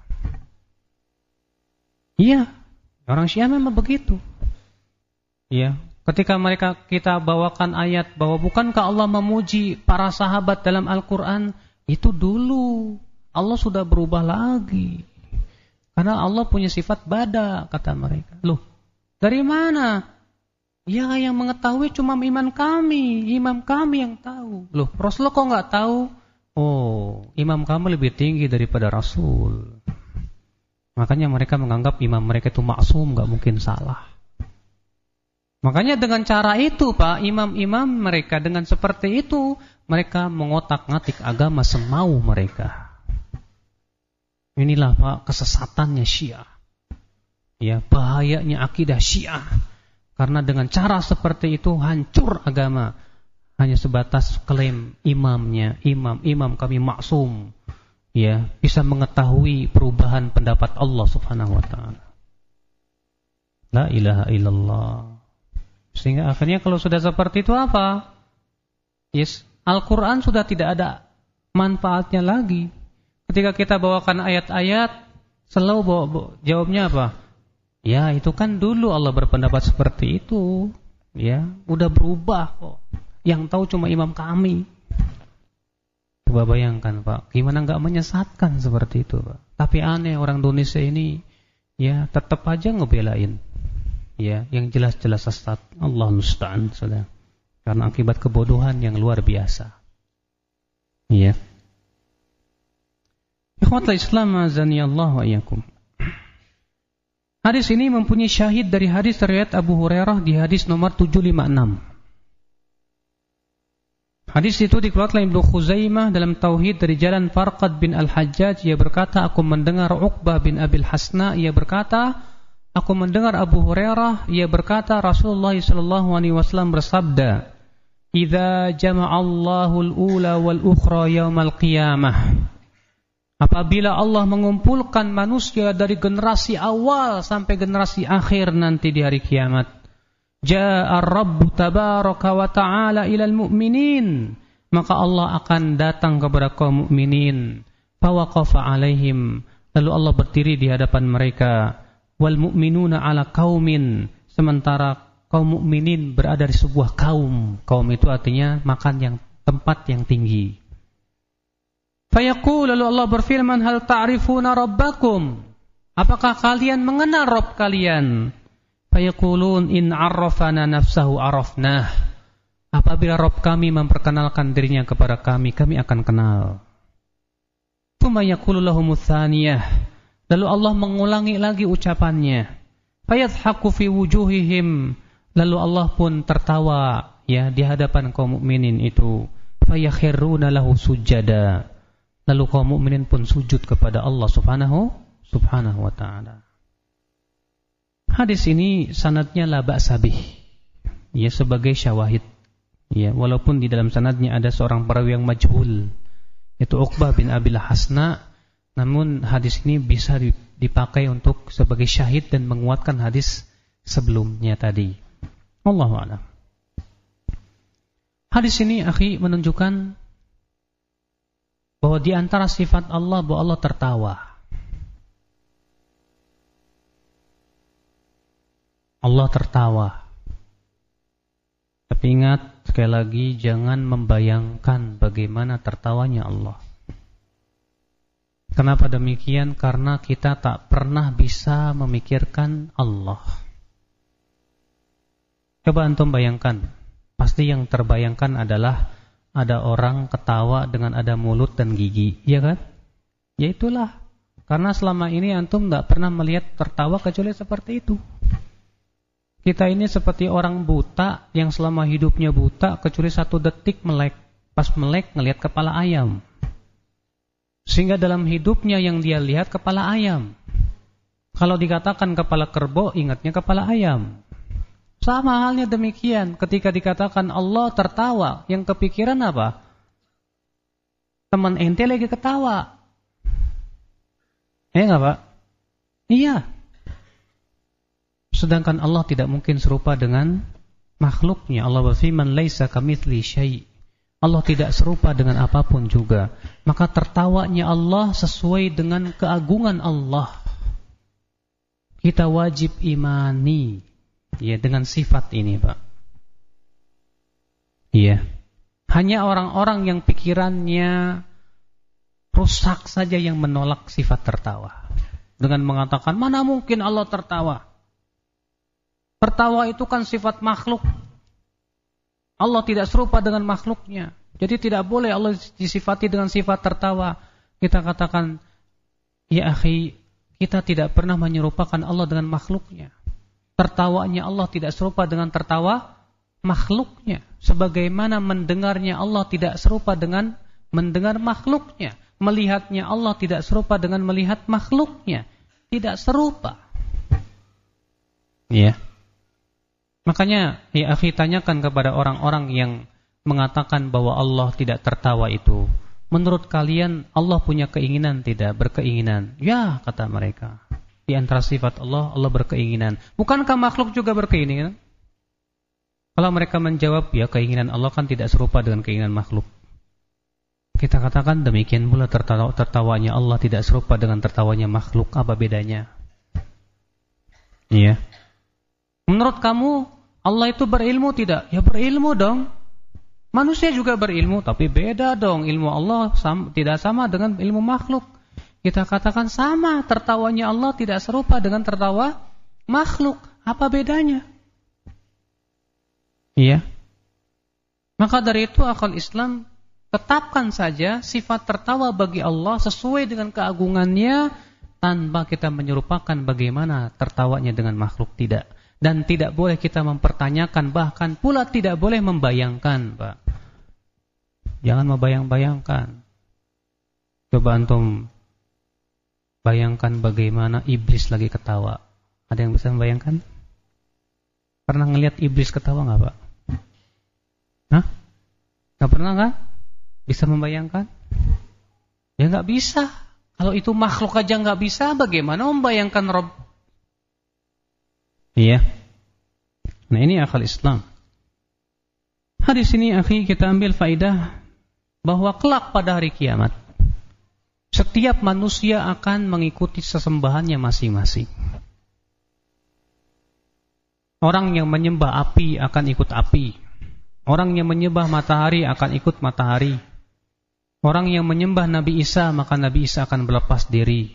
Iya, orang Syiah memang begitu. Iya, ketika mereka kita bawakan ayat bahwa bukankah Allah memuji para sahabat dalam Al-Quran, itu dulu Allah sudah berubah lagi. Karena Allah punya sifat bada, kata mereka. Loh, dari mana? Ya, yang mengetahui cuma imam kami, imam kami yang tahu. Loh, Rasulullah kok nggak tahu? Oh, imam kamu lebih tinggi daripada Rasul. Makanya mereka menganggap imam mereka itu maksum, nggak mungkin salah. Makanya dengan cara itu, Pak, imam-imam mereka dengan seperti itu, mereka mengotak-ngatik agama semau mereka. Inilah, Pak, kesesatannya Syiah. Ya, bahayanya akidah Syiah. Karena dengan cara seperti itu hancur agama. Hanya sebatas klaim imamnya, imam, imam kami maksum. Ya, bisa mengetahui perubahan pendapat Allah Subhanahu wa taala. La ilaha illallah. Sehingga akhirnya kalau sudah seperti itu apa? Yes, Al-Qur'an sudah tidak ada manfaatnya lagi. Ketika kita bawakan ayat-ayat, selalu bawa, bawa, jawabnya apa? Ya, itu kan dulu Allah berpendapat seperti itu. Ya, udah berubah kok. Yang tahu cuma imam kami. Coba bayangkan, Pak, gimana enggak menyesatkan seperti itu, Pak. Tapi aneh orang Indonesia ini ya tetap aja ngebelain. Ya, yang jelas-jelas sesat. Allah musta'an, Saudara. Karena akibat kebodohan yang luar biasa. Iya. Ikhwatul Islam azani Allah wa iyyakum. Hadis ini mempunyai syahid dari hadis riwayat Abu Hurairah di hadis nomor tujuh lima enam. Hadis itu dikeluarkan oleh Ibnu Khuzaimah dalam Tauhid dari jalan Farqad bin Al-Hajjaj. Ia berkata, aku mendengar Uqbah bin Abil Hasna. Ia berkata, aku mendengar Abu Hurairah. Ia berkata, Rasulullah sallallahu alaihi wasallam bersabda, "Idza jama'allahu al-ula wal-ukhra yaumal qiyamah." Apabila Allah mengumpulkan manusia dari generasi awal sampai generasi akhir nanti di hari kiamat, Ja'a Rabbu tabaraka wa ta'ala ilal mu'minin, maka Allah akan datang kepada kaum mukminin. Fawaqafa alaihim, lalu Allah berdiri di hadapan mereka. wal mu'minuna ala qaumin, sementara kaum mukminin berada di sebuah kaum. Kaum itu artinya makan yang tempat yang tinggi. Fayaqul, lalu Allah berfirman, hal ta'rifuna rabbakum, apakah kalian mengenal Rabb kalian? Fayaqulun in 'arrafana nafsahu 'arafnah, apabila Rabb kami memperkenalkan dirinya kepada kami, kami akan kenal. Tsumma yaqulu lahumus tsaniyah, lalu Allah mengulangi lagi ucapannya. Fayadhaku fi wujuhihim, lalu Allah pun tertawa ya di hadapan kaum mukminin itu. Fayakhiruna lahu sujada, lalu kaum mukminin pun sujud kepada Allah Subhanahu Subhanahu wa taala. Hadis ini sanadnya la ba'sa bih, ya sebagai syawahid. Ya, walaupun di dalam sanadnya ada seorang perawi yang majhul, yaitu Uqbah bin Abil Hasna, namun hadis ini bisa dipakai untuk sebagai syahid dan menguatkan hadis sebelumnya tadi. Wallahu a'lam. Hadis ini akhi menunjukkan bahwa di antara sifat Allah bahwa Allah tertawa. Allah tertawa. Tapi ingat sekali lagi, jangan membayangkan bagaimana tertawanya Allah. Kenapa demikian? Karena kita tak pernah bisa memikirkan Allah. Coba antum bayangkan, pasti yang terbayangkan adalah ada orang ketawa dengan ada mulut dan gigi, ya kan? Ya itulah, karena selama ini antum tak pernah melihat tertawa kecuali seperti itu. Kita ini seperti orang buta yang selama hidupnya buta kecuali satu detik melek, pas melek ngelihat kepala ayam. Sehingga dalam hidupnya yang dia lihat kepala ayam. Kalau dikatakan kepala kerbau, ingatnya kepala ayam. Sama halnya demikian ketika dikatakan Allah tertawa, yang kepikiran apa? Teman ente lagi ketawa. Eh enggak Pak? Iya. Sedangkan Allah tidak mungkin serupa dengan makhluknya. Allah berfirman, laisa kamitsli syai'. Allah tidak serupa dengan apapun juga. Maka tertawanya Allah sesuai dengan keagungan Allah. Kita wajib imani ya dengan sifat ini, Pak. Iya. Hanya orang-orang yang pikirannya rusak saja yang menolak sifat tertawa. Dengan mengatakan, mana mungkin Allah tertawa? Tertawa itu kan sifat makhluk. Allah tidak serupa dengan makhluknya. Jadi tidak boleh Allah disifati dengan sifat tertawa. Kita katakan, ya akhi, kita tidak pernah menyerupakan Allah dengan makhluknya. Tertawanya Allah tidak serupa dengan tertawa makhluknya. Sebagaimana mendengarnya Allah tidak serupa dengan mendengar makhluknya. Melihatnya Allah tidak serupa dengan melihat makhluknya. Tidak serupa. Ya. Makanya ya akhi, tanyakan kepada orang-orang yang mengatakan bahwa Allah tidak tertawa itu, menurut kalian Allah punya keinginan tidak? Berkeinginan? Ya, kata mereka. Di antara sifat Allah, Allah berkeinginan. Bukankah makhluk juga berkeinginan? Kalau mereka menjawab, ya keinginan Allah kan tidak serupa dengan keinginan makhluk. Kita katakan demikian pula tertawa, tertawanya Allah tidak serupa dengan tertawanya makhluk. Apa bedanya? Iya. Menurut kamu Allah itu berilmu tidak? Ya berilmu dong. Manusia juga berilmu, tapi beda dong. Ilmu Allah sama, tidak sama dengan ilmu makhluk. Kita katakan sama, tertawanya Allah tidak serupa dengan tertawa makhluk. Apa bedanya? Iya. Maka dari itu akal Islam tetapkan saja sifat tertawa bagi Allah sesuai dengan keagungannya, tanpa kita menyerupakan bagaimana tertawanya dengan makhluk, tidak. Dan tidak boleh kita mempertanyakan, bahkan pula tidak boleh membayangkan, Pak. Jangan membayang-bayangkan. Coba antum bayangkan bagaimana iblis lagi ketawa. Ada yang bisa membayangkan? Pernah ngelihat iblis ketawa nggak, Pak? Hah? Nggak pernah kan? Bisa membayangkan? Ya nggak bisa. Kalau itu makhluk aja nggak bisa, bagaimana membayangkan Rabb? Iya. Nah ini akal Islam. Hadis ini akhi kita ambil faidah bahwa kelak pada hari kiamat setiap manusia akan mengikuti sesembahannya masing-masing. Orang yang menyembah api akan ikut api. Orang yang menyembah matahari akan ikut matahari. Orang yang menyembah Nabi Isa, maka Nabi Isa akan berlepas diri.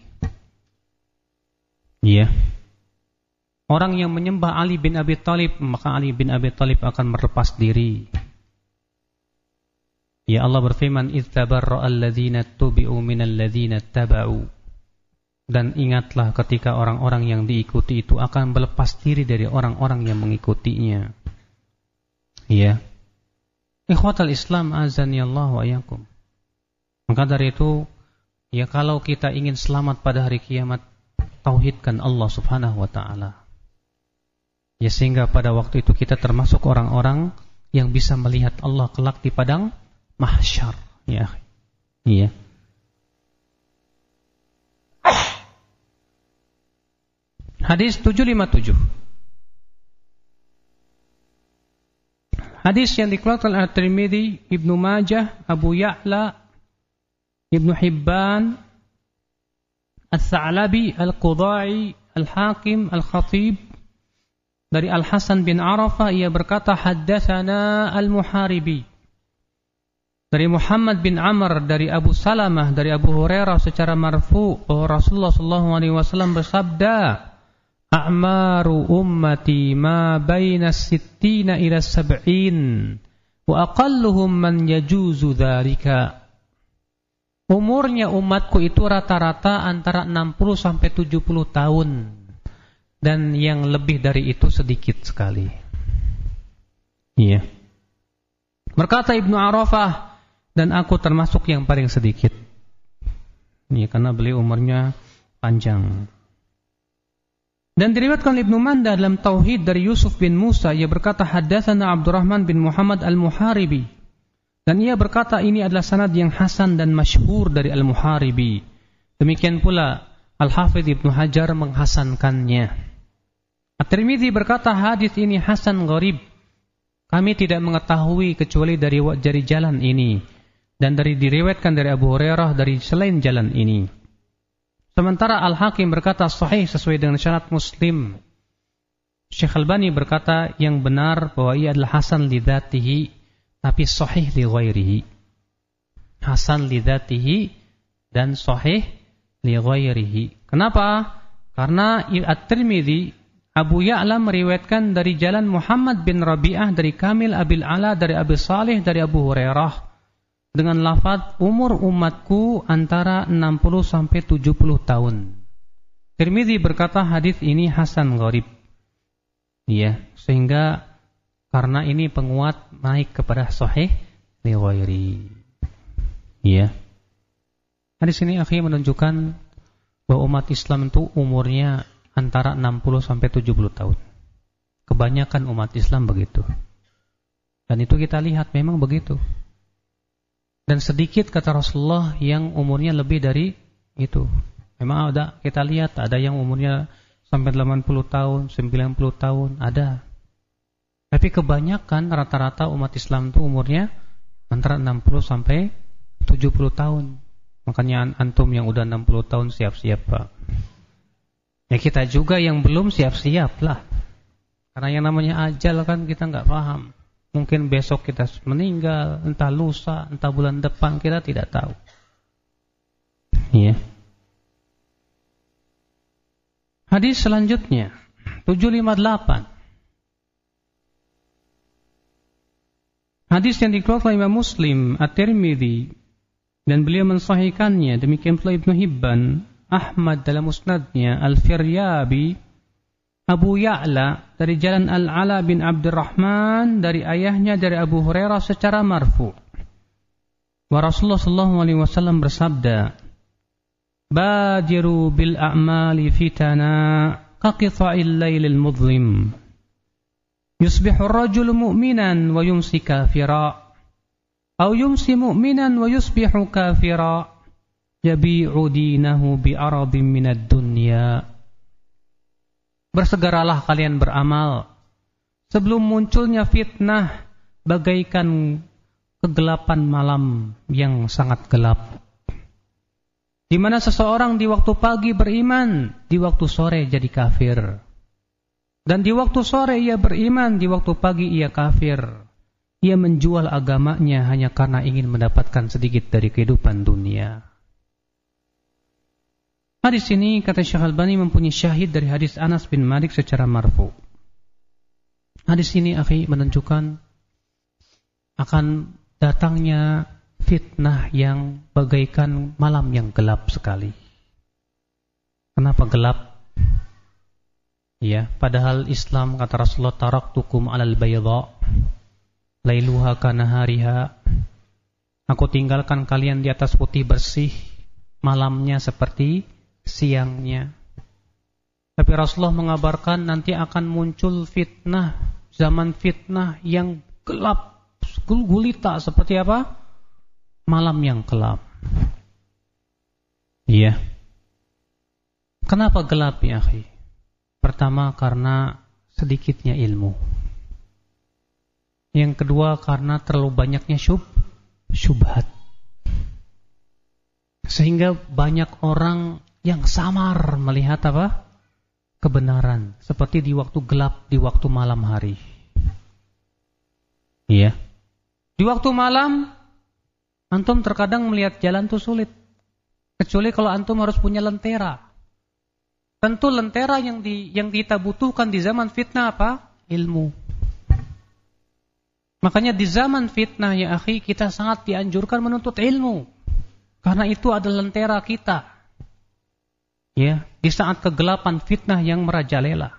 Iya. Orang yang menyembah Ali bin Abi Thalib, maka Ali bin Abi Thalib akan berlepas diri. Ya Allah berfirman, "Idz tabarra'a alladzina tubi'u minal ladzina taba'u." Dan ingatlah ketika orang-orang yang diikuti itu akan berlepas diri dari orang-orang yang mengikutinya. Ya. Ikhwatal Islam azani Allah wa iyyakum. Maka dari itu, ya kalau kita ingin selamat pada hari kiamat, tauhidkan Allah Subhanahu wa taala. Ya sehingga pada waktu itu kita termasuk orang-orang yang bisa melihat Allah kelak di padang mahsyar. Ya. Iya. Hadis tujuh lima tujuh. Hadis yang dikeluarkan oleh Tirmidzi, Ibnu Majah, Abu Ya'la, Ibnu Hibban, Ats-Tsa'labi, Al-Qudai, Al-Hakim, Al-Khatib dari Al-Hasan bin Arafah, ia berkata, haddatsana Al-Muharibi. Dari Muhammad bin Amr dari Abu Salamah dari Abu Hurairah secara marfu bahwa Rasulullah sallallahu alaihi wasallam bersabda, A'maru ummati ma baina sittina ila sab'in wa aqalluhum man yajuzu dzalika. Umurnya umatku itu rata-rata antara enam puluh sampai tujuh puluh tahun dan yang lebih dari itu sedikit sekali. Iya. Berkata Ibnu Arafah, dan aku termasuk yang paling sedikit. Iya, karena beliau umurnya panjang. Dan diriwayatkan Ibnu Manda dalam Tauhid dari Yusuf bin Musa, ia berkata haddatsana Abdurrahman bin Muhammad Al-Muharibi. Dan ia berkata ini adalah sanad yang hasan dan masyhur dari Al-Muharibi. Demikian pula Al-Hafidz Ibnu Hajar menghasankannya. At-Tirmidzi berkata hadis ini hasan gharib. Kami tidak mengetahui kecuali dari dari jalan ini dan dari diriwayatkan dari Abu Hurairah dari selain jalan ini. Sementara Al-Hakim berkata sahih sesuai dengan syarat Muslim. Syekh Albani berkata yang benar bahwa ia adalah hasan li dzatihi tapi sahih li ghairihi. Hasan li dzatihi dan sahih li ghairihi. Kenapa? Karena At-Tirmidzi Abu Ya'la meriwayatkan dari jalan Muhammad bin Rabi'ah dari Kamil Abil Ala dari Abi Salih dari Abu Hurairah dengan lafaz umur umatku antara enam puluh sampai tujuh puluh tahun. Tirmidzi berkata hadis ini hasan gharib. Iya, sehingga karena ini penguat naik kepada sahih li ghairi. Iya. Hadis ini akhirnya menunjukkan bahwa umat Islam itu umurnya antara enam puluh sampai tujuh puluh tahun. Kebanyakan umat Islam begitu. Dan itu kita lihat memang begitu. Dan sedikit kata Rasulullah yang umurnya lebih dari itu. Memang ada, kita lihat ada yang umurnya sampai delapan puluh tahun, sembilan puluh tahun, ada. Tapi kebanyakan rata-rata umat Islam itu umurnya antara enam puluh sampai tujuh puluh tahun. Makanya antum yang udah enam puluh tahun siap-siap, Pak. Ya kita juga yang belum siap-siap lah. Karena yang namanya ajal kan kita nggak paham. Mungkin besok kita meninggal, entah lusa, entah bulan depan, kita tidak tahu. Iya. Hadis selanjutnya tujuh lima delapan. Hadis yang dikeluarkan oleh Imam Muslim, At-Tirmidzi, dan beliau mensahihkannya. Demikian pula Ibnu Hibban, Ahmad dalam musnadnya, Al-Firyabi, Abu Ya'la dari jalan Al-Ala bin Abdurrahman dari ayahnya dari Abu Hurairah secara marfu. Wa Rasulullah sallallahu alaihi wasallam bersabda, "Badiru bil a'mali fitana ka qita'il lailil mudhlim. Yusbihu ar-rajulu mu'minan wa yumsi kafira, aw yumsi mu'minan wa yusbihu kafira, yabi'u dinahu bi aradin minad dunya." Bersegeralah kalian beramal sebelum munculnya fitnah bagaikan kegelapan malam yang sangat gelap, di mana seseorang di waktu pagi beriman, di waktu sore jadi kafir. Dan di waktu sore ia beriman, di waktu pagi ia kafir. Ia menjual agamanya hanya karena ingin mendapatkan sedikit dari kehidupan dunia. Hadis ini, kata Syekh Albani, mempunyai syahid dari hadis Anas bin Malik secara marfu. Hadis ini, akhi, menunjukkan akan datangnya fitnah yang bagaikan malam yang gelap sekali. Kenapa gelap? Ya, padahal Islam, kata Rasulullah, taraktukum alal bayda lailuha kanahariha. Aku tinggalkan kalian di atas putih bersih, malamnya seperti siangnya. Tapi Rasulullah mengabarkan nanti akan muncul fitnah, zaman fitnah yang gelap, gulita seperti apa? Malam yang gelap. Iya. Kenapa gelap ya, akhi? Pertama, karena sedikitnya ilmu. Yang kedua, karena terlalu banyaknya syub, syubhat. Sehingga banyak orang yang samar melihat apa? Kebenaran. Seperti di waktu gelap, di waktu malam hari. Iya. Di waktu malam, antum terkadang melihat jalan itu sulit. Kecuali kalau antum harus punya lentera. Tentu lentera yang di, yang kita butuhkan di zaman fitnah apa? Ilmu. Makanya di zaman fitnah ya akhi, kita sangat dianjurkan menuntut ilmu. Karena itu adalah lentera kita. Ya, di saat kegelapan fitnah yang merajalela.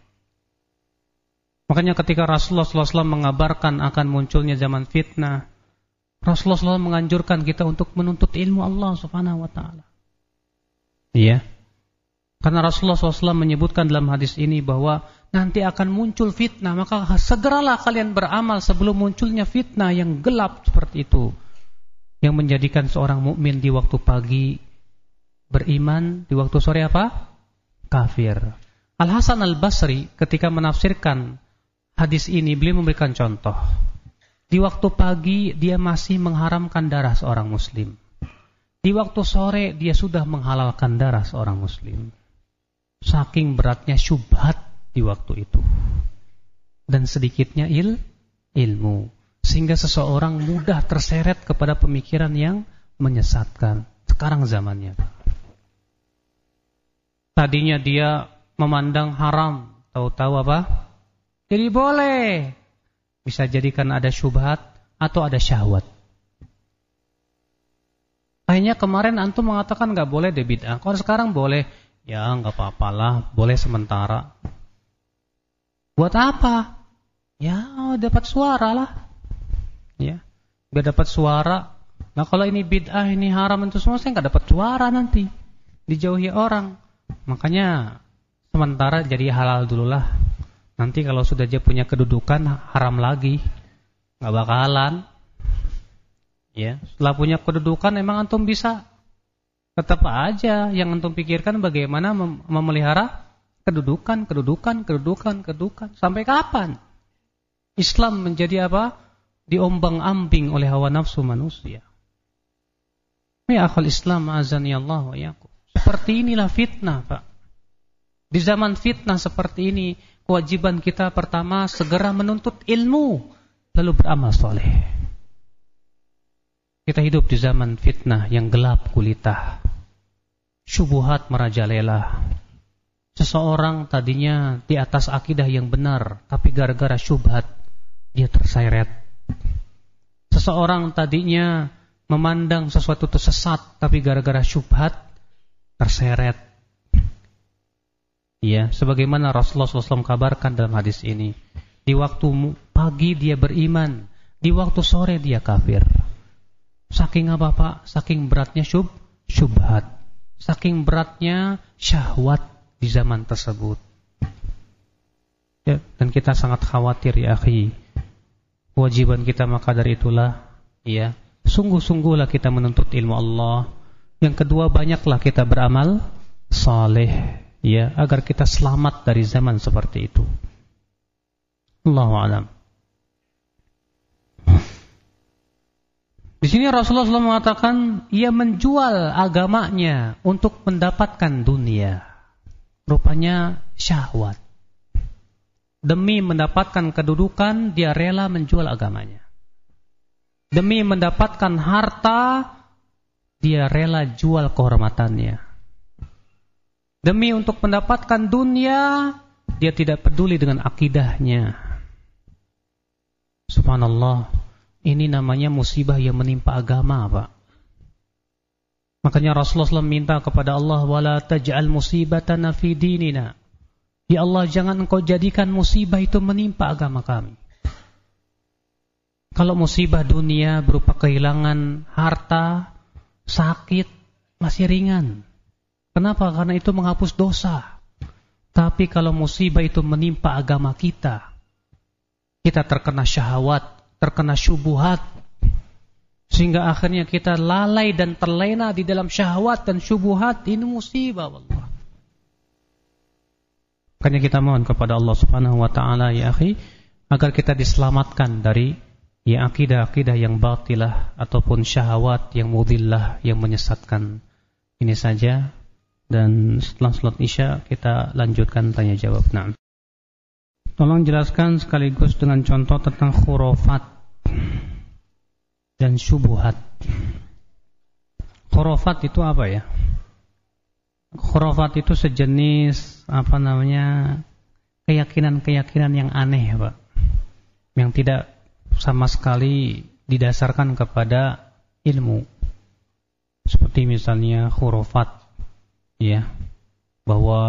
Makanya ketika Rasulullah shallallahu alaihi wasallam mengabarkan akan munculnya zaman fitnah, Rasulullah shallallahu alaihi wasallam menganjurkan kita untuk menuntut ilmu Allah subhanahu wa ta'ala. Iya. Karena Rasulullah shallallahu alaihi wasallam menyebutkan dalam hadis ini bahwa nanti akan muncul fitnah, maka segeralah kalian beramal sebelum munculnya fitnah yang gelap seperti itu, yang menjadikan seorang mukmin di waktu pagi beriman, di waktu sore apa? Kafir. Al-Hasan Al-Basri ketika menafsirkan hadis ini, beliau memberikan contoh. Di waktu pagi dia masih mengharamkan darah seorang muslim. Di waktu sore dia sudah menghalalkan darah seorang muslim. Saking beratnya syubhat di waktu itu. Dan sedikitnya il, ilmu. Sehingga seseorang mudah terseret kepada pemikiran yang menyesatkan. Sekarang zamannya. Tadinya dia memandang haram, tahu-tahu apa? Jadi boleh. Bisa jadikan ada syubhat atau ada syahwat. Akhirnya kemarin antum mengatakan nggak boleh deh bid'ah. Kalau sekarang boleh. Ya nggak apa-apalah, boleh sementara. Buat apa? Ya dapat suara lah. Ya, biar dapat suara. Nah kalau ini bid'ah, ini haram, itu semua saya nggak dapat suara nanti, dijauhi orang. Makanya sementara jadi halal dululah. Nanti kalau sudah dia punya kedudukan haram lagi, nggak bakalan. Ya, setelah punya kedudukan emang antum bisa. Tetap aja yang antum pikirkan bagaimana mem- memelihara kedudukan, kedudukan, kedudukan, kedudukan. Sampai kapan Islam menjadi apa? Diombang-ambing oleh hawa nafsu manusia. Ya akhul Islam azani Allah wa yakum. Seperti inilah fitnah, Pak. Di zaman fitnah seperti ini, kewajiban kita pertama segera menuntut ilmu, lalu beramal soleh. Kita hidup di zaman fitnah yang gelap gulita. Syubuhat merajalela. Seseorang tadinya di atas akidah yang benar, tapi gara-gara syubhat dia terseret. Seseorang tadinya memandang sesuatu itu sesat, tapi gara-gara syubhat terseret. Ya, sebagaimana Rasulullah shallallahu alaihi wasallam kabarkan dalam hadis ini, di waktu pagi dia beriman, di waktu sore dia kafir. Saking apa Pak? Saking beratnya syub, syubhat. Saking beratnya syahwat di zaman tersebut. Ya, dan kita sangat khawatir ya akhi. Kewajiban kita maka dari itulah, ya, sungguh-sungguhlah kita menuntut ilmu Allah. Yang kedua, banyaklah kita beramal saleh, ya, agar kita selamat dari zaman seperti itu. Allahu a'lam. Di sini Rasulullah shallallahu alaihi wasallam mengatakan ia menjual agamanya untuk mendapatkan dunia. Rupanya syahwat. demi mendapatkan kedudukan dia rela menjual agamanya. Demi mendapatkan harta dia rela jual kehormatannya. Demi untuk mendapatkan dunia dia tidak peduli dengan akidahnya. Subhanallah, ini namanya musibah yang menimpa agama, Pak. Makanya Rasulullah shallallahu alaihi wasallam minta kepada Allah, wala taj'al musibatana fi dinina. Ya Allah, jangan engkau jadikan musibah itu menimpa agama kami. Kalau musibah dunia berupa kehilangan harta, sakit, masih ringan. Kenapa? Karena itu menghapus dosa. Tapi kalau musibah itu menimpa agama kita, kita terkena syahwat, terkena syubhat, sehingga akhirnya kita lalai dan terlena di dalam syahwat dan syubhat, ini musibah Allah. Makanya kita mohon kepada Allah Subhanahu wa taala, ya akhi, agar kita diselamatkan dari ya akidah-akidah yang batilah ataupun syahwat yang mudillah, yang menyesatkan. Ini saja, dan setelah salat Isya kita lanjutkan tanya jawab. Nah, tolong jelaskan sekaligus dengan contoh tentang khurafat dan syubhat. Khurafat itu apa ya? Khurafat itu sejenis apa namanya keyakinan-keyakinan yang aneh, Pak, yang tidak sama sekali didasarkan kepada ilmu. Seperti misalnya khurafat, ya, bahwa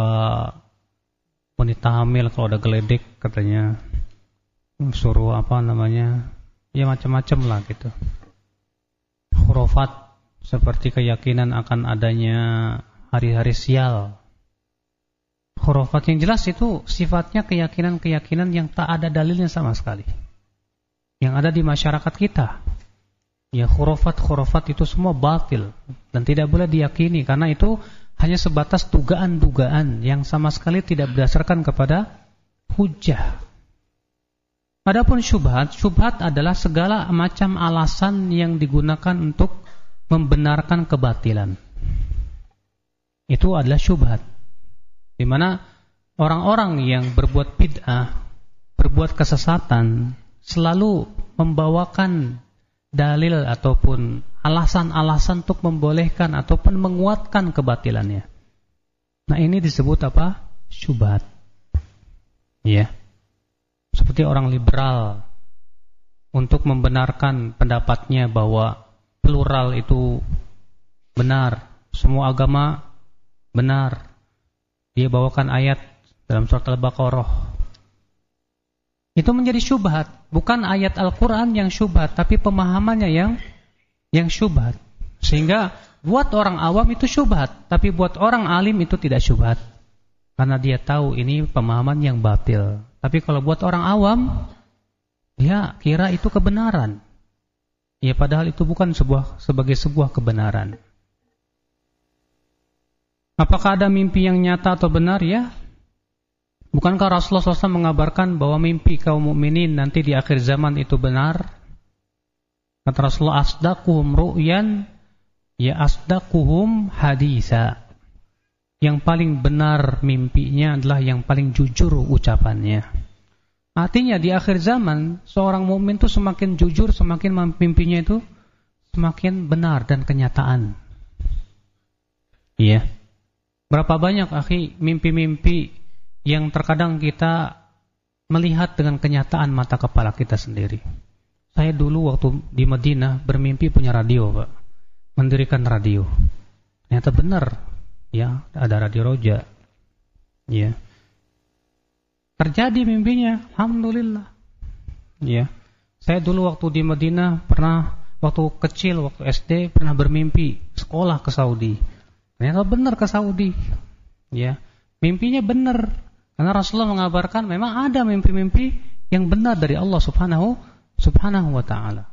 wanita hamil kalau ada geledek katanya suruh apa namanya, ya macam-macam lah gitu. Khurafat seperti keyakinan akan adanya hari-hari sial. Khurafat yang jelas itu sifatnya keyakinan-keyakinan yang tak ada dalilnya sama sekali, yang ada di masyarakat kita. Ya, khurafat-khurafat itu semua batil dan tidak boleh diyakini, karena itu hanya sebatas dugaan-dugaan yang sama sekali tidak berdasarkan kepada hujjah. Adapun syubhat, syubhat adalah segala macam alasan yang digunakan untuk membenarkan kebatilan. Itu adalah syubhat. Di mana orang-orang yang berbuat bid'ah, berbuat kesesatan, selalu membawakan dalil ataupun alasan-alasan untuk membolehkan ataupun menguatkan kebatilannya. Nah, ini disebut apa? Syubhat. Ya. Seperti orang liberal untuk membenarkan pendapatnya bahwa plural itu benar, semua agama benar. Dia bawakan ayat dalam surat Al-Baqarah. Itu menjadi syubhat, bukan ayat Al-Qur'an yang syubhat, tapi pemahamannya yang yang syubhat. Sehingga buat orang awam itu syubhat, tapi buat orang alim itu tidak syubhat, karena dia tahu ini pemahaman yang batil. Tapi kalau buat orang awam, dia kira itu kebenaran. Ya, padahal itu bukan sebuah sebagai sebuah kebenaran. Apakah ada mimpi yang nyata atau benar? Ya. Bukankah Rasulullah shallallahu alaihi wasallam mengabarkan bahwa mimpi kaum mukminin nanti di akhir zaman itu benar? Kata Rasulullah, asdaquhum ru'yan ya asdaquhum haditha. Yang paling benar mimpinya adalah yang paling jujur ucapannya. Artinya di akhir zaman seorang mukmin itu semakin jujur, semakin mimpinya itu semakin benar dan kenyataan. Iya. Berapa banyak akhi mimpi-mimpi yang terkadang kita melihat dengan kenyataan mata kepala kita sendiri. Saya dulu waktu di Madinah bermimpi punya radio, Pak. Mendirikan radio. Ternyata benar. Ya, ada radio Roja. Ya. Terjadi mimpinya, alhamdulillah. Ya. Saya dulu waktu di Madinah pernah, waktu kecil, waktu S D pernah bermimpi sekolah ke Saudi. Ternyata benar ke Saudi. Ya. Mimpinya benar. Karena Rasulullah mengabarkan memang ada mimpi-mimpi yang benar dari Allah Subhanahu Subhanahu wa taala.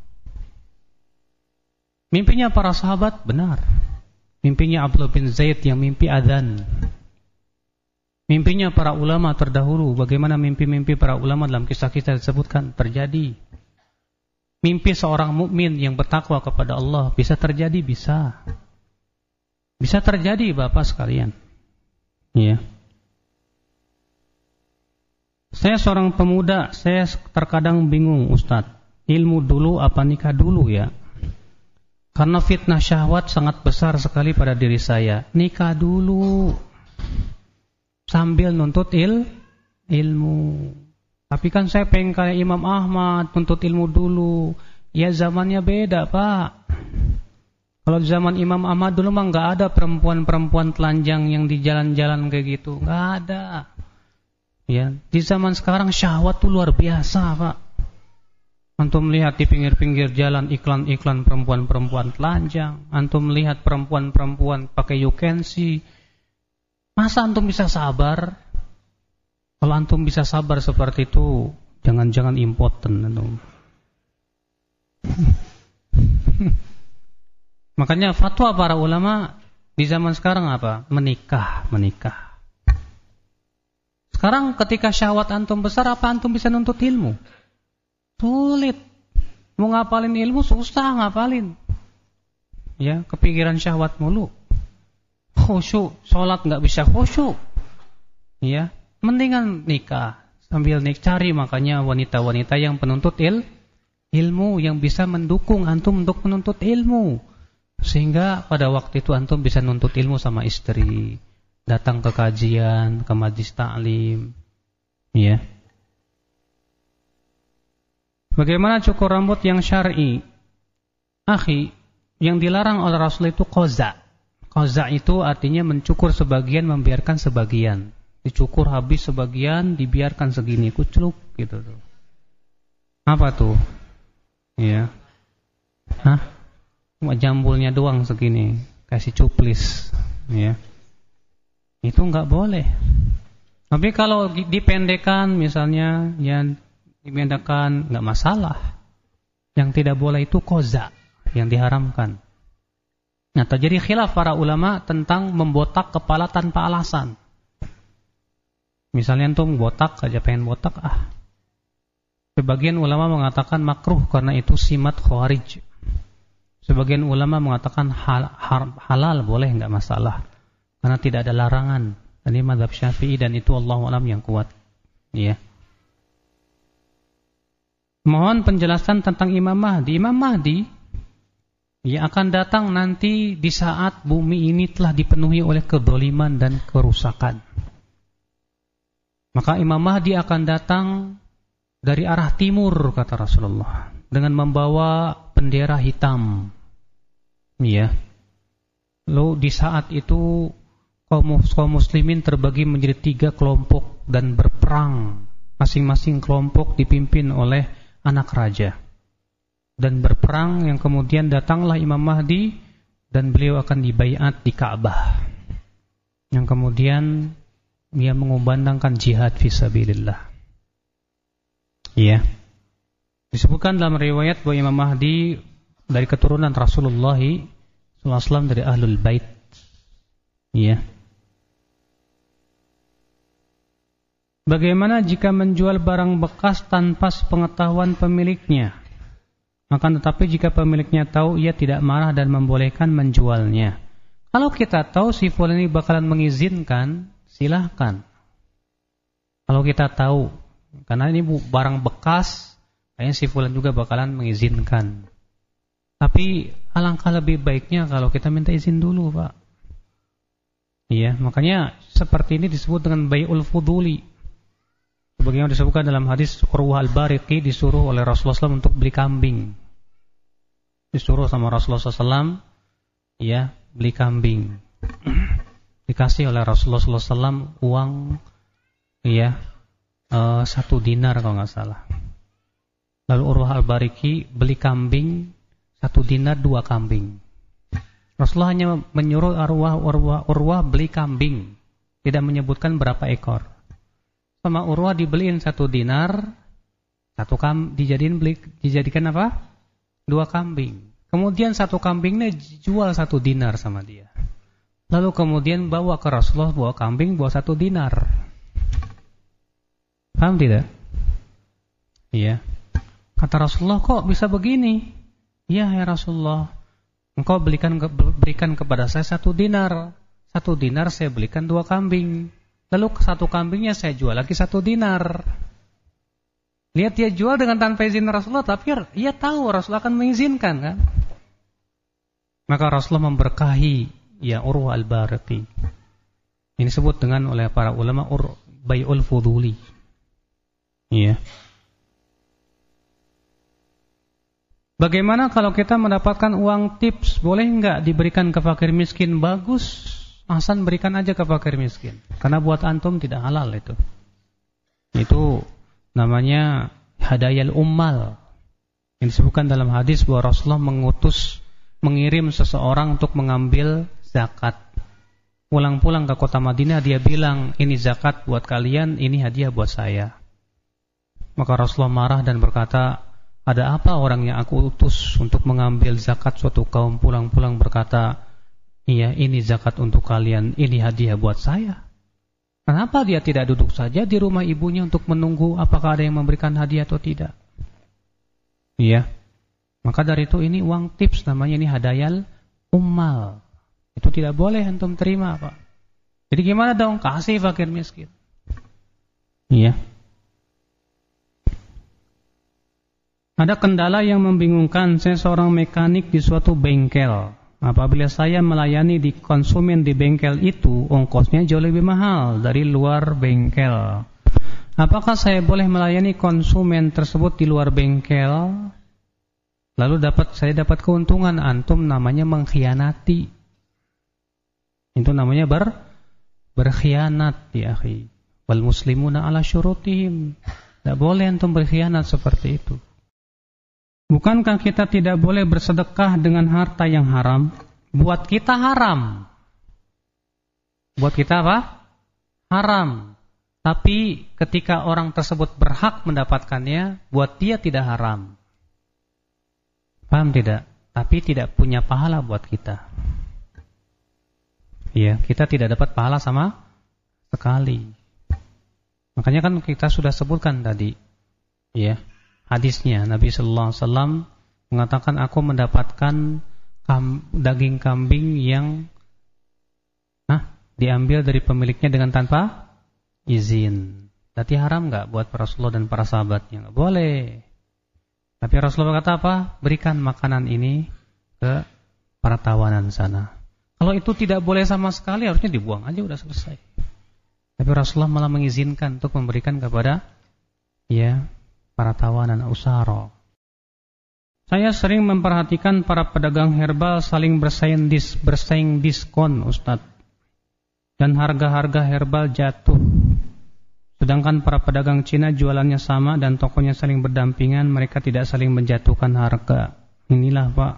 Mimpinya para sahabat benar. Mimpinya Abdullah bin Zaid yang mimpi adzan. Mimpinya para ulama terdahulu, bagaimana mimpi-mimpi para ulama dalam kisah-kisah disebutkan terjadi. Mimpi seorang mukmin yang bertakwa kepada Allah bisa terjadi, bisa. Bisa terjadi, Bapak sekalian. Ya. Saya seorang pemuda, saya terkadang bingung Ustadz, ilmu dulu apa nikah dulu ya? Karena fitnah syahwat sangat besar sekali pada diri saya. Nikah dulu sambil nuntut il, ilmu. Tapi kan saya pengen kayak Imam Ahmad, nuntut ilmu dulu. Ya zamannya beda Pak. Kalau di zaman Imam Ahmad dulu mah nggak ada perempuan-perempuan telanjang yang di jalan-jalan kayak gitu, nggak ada. Ya, di zaman sekarang syahwat tuh luar biasa, Pak. Antum melihat di pinggir-pinggir jalan iklan-iklan perempuan-perempuan telanjang, antum melihat perempuan-perempuan pakai you can see. Masa antum bisa sabar? Kalau antum bisa sabar seperti itu, jangan-jangan impoten antum. Makanya fatwa para ulama di zaman sekarang apa? Menikah, menikah. Sekarang ketika syahwat antum besar, apa antum bisa nuntut ilmu? Sulit. Mau ngapalin ilmu susah ngapalin. Ya, kepikiran syahwat mulu. Khusyuk, sholat nggak bisa khusyuk. Ya, mendingan nikah sambil nik cari makanya wanita-wanita yang penuntut il, ilmu yang bisa mendukung antum untuk menuntut ilmu. Sehingga pada waktu itu antum bisa nuntut ilmu sama istri, datang ke kajian, ke majlis ta'lim, ya. Bagaimana cukur rambut yang syar'i? Akhi, yang dilarang oleh Rasul itu qaza. Qaza itu artinya mencukur sebagian, membiarkan sebagian. Dicukur habis sebagian, dibiarkan segini, kucluk gitu tuh. Apa tuh? Ya. Hah? Cuma jambulnya doang segini, kasih cuplis, ya. Itu enggak boleh. Tapi kalau dipendekkan misalnya, ya dipendekkan enggak masalah. Yang tidak boleh itu qaza, yang diharamkan. Nah, terjadi khilaf para ulama tentang membotak kepala tanpa alasan. Misalnya antum botak aja pengen botak ah. Sebagian ulama mengatakan makruh karena itu simat khawarij. Sebagian ulama mengatakan hal, hal, halal boleh enggak masalah karena tidak ada larangan. Ini mazhab Syafi'i dan itu Allahu a'lam yang kuat. Ya. Mohon penjelasan tentang Imam Mahdi. Imam Mahdi yang akan datang nanti di saat bumi ini telah dipenuhi oleh kedzaliman dan kerusakan. Maka Imam Mahdi akan datang dari arah timur kata Rasulullah dengan membawa bendera hitam. Ya. Lalu di saat itu kaum, kaum muslimin terbagi menjadi tiga kelompok dan berperang. Masing-masing kelompok dipimpin oleh anak raja. Dan berperang yang kemudian datanglah Imam Mahdi dan beliau akan dibaiat di Ka'bah. Yang kemudian dia mengumandangkan jihad fisabilillah. Iya. Disebutkan dalam riwayat bahwa Imam Mahdi dari keturunan Rasulullah shallallahu alaihi wasallam dari Ahlul Bait. Iya. Bagaimana jika menjual barang bekas tanpa sepengetahuan pemiliknya? Akan tetapi jika pemiliknya tahu, ia tidak marah dan membolehkan menjualnya. Kalau kita tahu si fulan ini bakalan mengizinkan, silahkan. Kalau kita tahu, karena ini barang bekas, kayaknya si fulan juga bakalan mengizinkan. Tapi alangkah lebih baiknya kalau kita minta izin dulu, Pak. Iya, makanya seperti ini disebut dengan bai'ul fuduli. Sebagaimana disebutkan dalam hadis Urwah al-Bariqi disuruh oleh Rasulullah shallallahu alaihi wasallam untuk beli kambing. Disuruh sama Rasulullah shallallahu alaihi wasallam, ya, beli kambing. Dikasih oleh Rasulullah shallallahu alaihi wasallam uang, ya, uh, satu dinar kalau nggak salah. Lalu Urwah al-Bariqi beli kambing satu dinar dua kambing. Rasulullah hanya menyuruh Urwah, Urwah, Urwah beli kambing, tidak menyebutkan berapa ekor. Sama Urwah dibeliin satu dinar, satu kam dijadiin beli dijadikan apa? Dua kambing. Kemudian satu kambingnya jual satu dinar sama dia. Lalu kemudian bawa ke Rasulullah bawa kambing bawa satu dinar. Paham tidak? Iya. Kata Rasulullah, kok bisa begini? Ya, ya Rasulullah, engkau belikan berikan kepada saya satu dinar. Satu dinar saya belikan dua kambing. Lalu satu kambingnya saya jual lagi satu dinar. Lihat dia jual dengan tanpa izin Rasulullah, tapi ia tahu Rasulullah akan mengizinkan kan. Maka Rasulullah memberkahi ya Urwah al-Bariqi. Ini disebut dengan oleh para ulama ur bai'ul fuduli. Iya. Bagaimana kalau kita mendapatkan uang tips, boleh enggak diberikan ke fakir miskin? Bagus. Hasan berikan aja ke fakir miskin. Karena buat antum tidak halal itu. Itu namanya hadayal ummal. Yang disebutkan dalam hadis bahwa Rasulullah mengutus, mengirim seseorang untuk mengambil zakat. Pulang-pulang ke kota Madinah dia bilang, ini zakat buat kalian, ini hadiah buat saya. Maka Rasulullah marah dan berkata, ada apa orang yang aku utus untuk mengambil zakat suatu kaum? Pulang-pulang berkata, iya ini zakat untuk kalian, ini hadiah buat saya. Kenapa dia tidak duduk saja di rumah ibunya untuk menunggu apakah ada yang memberikan hadiah atau tidak? Iya. Maka dari itu ini uang tips, namanya ini hadayal ummal. Itu tidak boleh antum terima, Pak. Jadi gimana dong? Kasih fakir miskin. Iya. Ada kendala yang membingungkan. Saya seorang mekanik di suatu bengkel. Apabila saya melayani di konsumen di bengkel itu, ongkosnya jauh lebih mahal dari luar bengkel. Apakah saya boleh melayani konsumen tersebut di luar bengkel? Lalu dapat saya dapat keuntungan, antum namanya mengkhianati. Itu namanya ber berkhianat ya akhi. Wal muslimuna ala syurutihim. Tidak boleh antum berkhianat seperti itu. Bukankah kita tidak boleh bersedekah dengan harta yang haram? Buat kita haram. Buat kita apa? Haram. Tapi ketika orang tersebut berhak mendapatkannya, buat dia tidak haram. Paham tidak? Tapi tidak punya pahala buat kita. Ya, kita tidak dapat pahala sama sekali. Makanya kan kita sudah sebutkan tadi, ya. Hadisnya Nabi sallallahu alaihi wasallam mengatakan, aku mendapatkan kam, daging kambing yang nah, diambil dari pemiliknya dengan tanpa izin. Berarti haram enggak buat Rasulullah dan para sahabatnya? Enggak boleh. Tapi Rasulullah kata apa? Berikan makanan ini ke para tawanan sana. Kalau itu tidak boleh sama sekali, harusnya dibuang aja udah selesai. Tapi Rasulullah malah mengizinkan untuk memberikan kepada ya para tawanan usara. Saya sering memperhatikan para pedagang herbal saling bersaing, dis, bersaing diskon, Ustadz. Dan harga-harga herbal jatuh. Sedangkan para pedagang Cina jualannya sama dan tokonya saling berdampingan, mereka tidak saling menjatuhkan harga. Inilah Pak,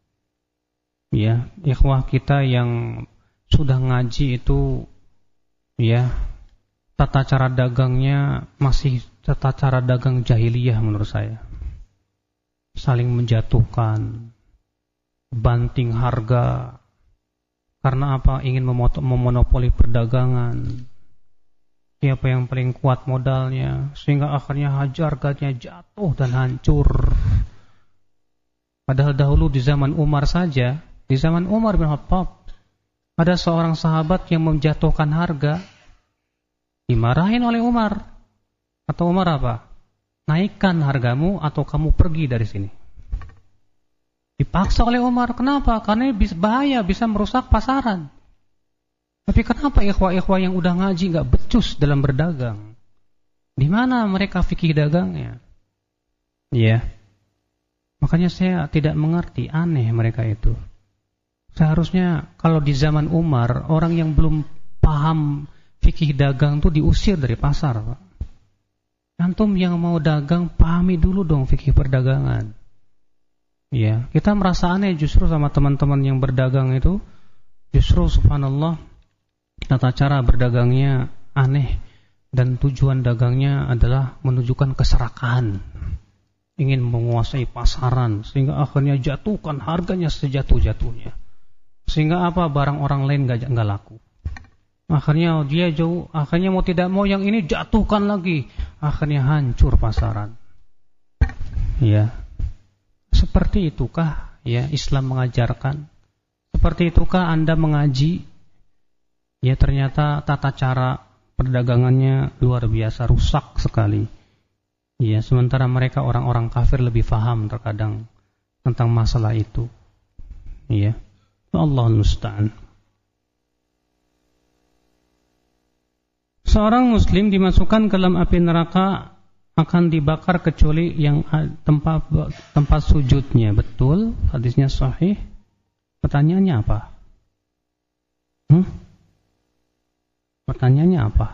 ya, ikhwah kita yang sudah ngaji itu, ya, tata cara dagangnya masih tata cara dagang jahiliyah menurut saya. Saling menjatuhkan, banting harga. Karena apa? Ingin memonopoli perdagangan. Siapa yang paling kuat modalnya, sehingga akhirnya harganya jatuh dan hancur. Padahal dahulu di zaman Umar saja, di zaman Umar bin Khattab, ada seorang sahabat yang menjatuhkan harga, dimarahin oleh Umar. Atau Umar apa? Naikkan hargamu atau kamu pergi dari sini. Dipaksa oleh Umar. Kenapa? Karena bahaya, bisa merusak pasaran. Tapi kenapa ikhwah-ikhwah yang udah ngaji gak becus dalam berdagang? Di mana mereka fikih dagangnya? Iya. Makanya saya tidak mengerti, aneh mereka itu. Seharusnya kalau di zaman Umar, orang yang belum paham fikih dagang itu diusir dari pasar, Pak. Antum yang mau dagang, pahami dulu dong fikih perdagangan. Ya, kita merasa aneh justru sama teman-teman yang berdagang itu. Justru subhanallah, tata cara berdagangnya aneh. Dan tujuan dagangnya adalah menunjukkan keserakahan. Ingin menguasai pasaran, sehingga akhirnya jatuhkan harganya sejatuh-jatuhnya. Sehingga apa? Barang orang lain gak, gak laku. Akhirnya dia jauh, akhirnya mau tidak mau yang ini jatuhkan lagi, akhirnya hancur pasaran. Ya, seperti itukah ya Islam mengajarkan? Seperti itukah Anda mengaji? Ya ternyata tata cara perdagangannya luar biasa rusak sekali. Ya, sementara mereka orang-orang kafir lebih faham terkadang tentang masalah itu. Ya. Allahul musta'an. Seorang muslim dimasukkan ke dalam api neraka akan dibakar kecuali yang tempat tempat sujudnya. Betul, hadisnya sahih. Pertanyaannya apa? Hmm? Pertanyaannya apa?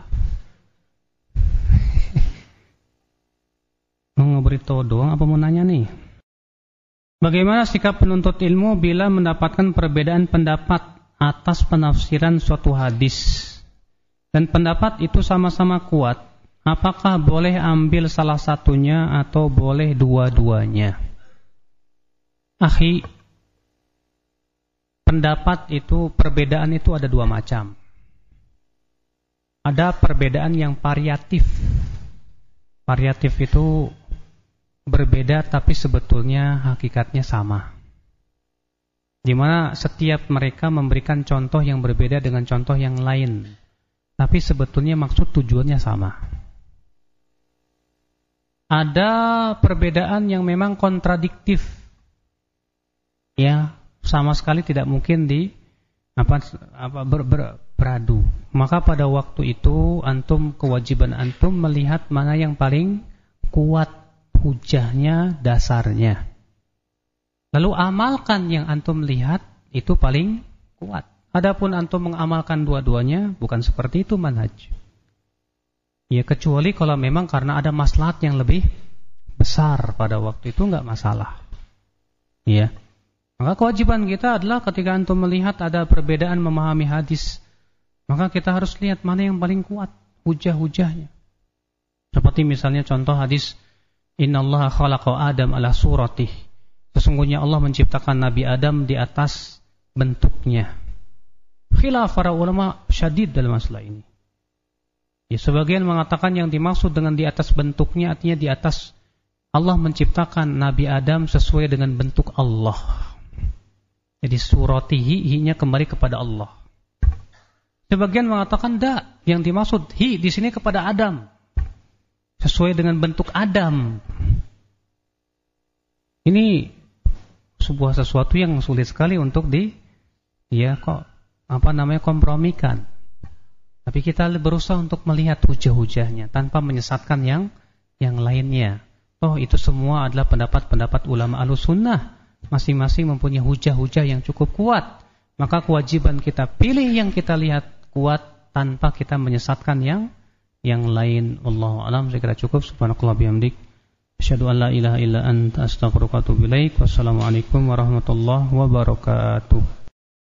Mau ngeberitahu doang apa mau nanya nih? Bagaimana sikap penuntut ilmu bila mendapatkan perbedaan pendapat atas penafsiran suatu hadis dan pendapat itu sama-sama kuat? Apakah boleh ambil salah satunya atau boleh dua-duanya? Akhi, pendapat itu, perbedaan itu ada dua macam. Ada perbedaan yang variatif. Variatif itu berbeda tapi sebetulnya hakikatnya sama. Di mana setiap mereka memberikan contoh yang berbeda dengan contoh yang lain, tapi sebetulnya maksud tujuannya sama. Ada perbedaan yang memang kontradiktif, ya sama sekali tidak mungkin di apa apa ber, ber, beradu. Maka pada waktu itu antum, kewajiban antum melihat mana yang paling kuat hujahnya, dasarnya. Lalu amalkan yang antum lihat itu paling kuat. Adapun antum mengamalkan dua-duanya, bukan seperti itu manhaj. Ya, kecuali kalau memang karena ada maslahat yang lebih besar pada waktu itu, enggak masalah. Ya. Maka kewajiban kita adalah ketika antum melihat ada perbedaan memahami hadis, maka kita harus lihat mana yang paling kuat hujah-hujahnya. Seperti misalnya contoh hadis Innallaha khalaqa Adam ala suratih. Sesungguhnya Allah menciptakan Nabi Adam di atas bentuknya. Khilaf para ulama syadid dalam masalah ini. Ya, sebagian mengatakan yang dimaksud dengan di atas bentuknya artinya di atas, Allah menciptakan Nabi Adam sesuai dengan bentuk Allah. Jadi suratihi, hi-nya kembali kepada Allah. Sebagian mengatakan tidak, yang dimaksud hi di sini kepada Adam, sesuai dengan bentuk Adam. Ini sebuah sesuatu yang sulit sekali untuk di, ya kok apa namanya kompromikan. Tapi kita berusaha untuk melihat hujah-hujahnya tanpa menyesatkan yang yang lainnya. Oh, itu semua adalah pendapat-pendapat ulama Ahlussunnah. Masing-masing mempunyai hujah-hujah yang cukup kuat. Maka kewajiban kita pilih yang kita lihat kuat tanpa kita menyesatkan yang yang lain. Wallahu a'lam. Saya kira cukup. Subhanakallah bihamdik. Asyhadu an la ilaha illa anta astaghfiruka wa atubu ilaik. Wassalamualaikum warahmatullahi wabarakatuh.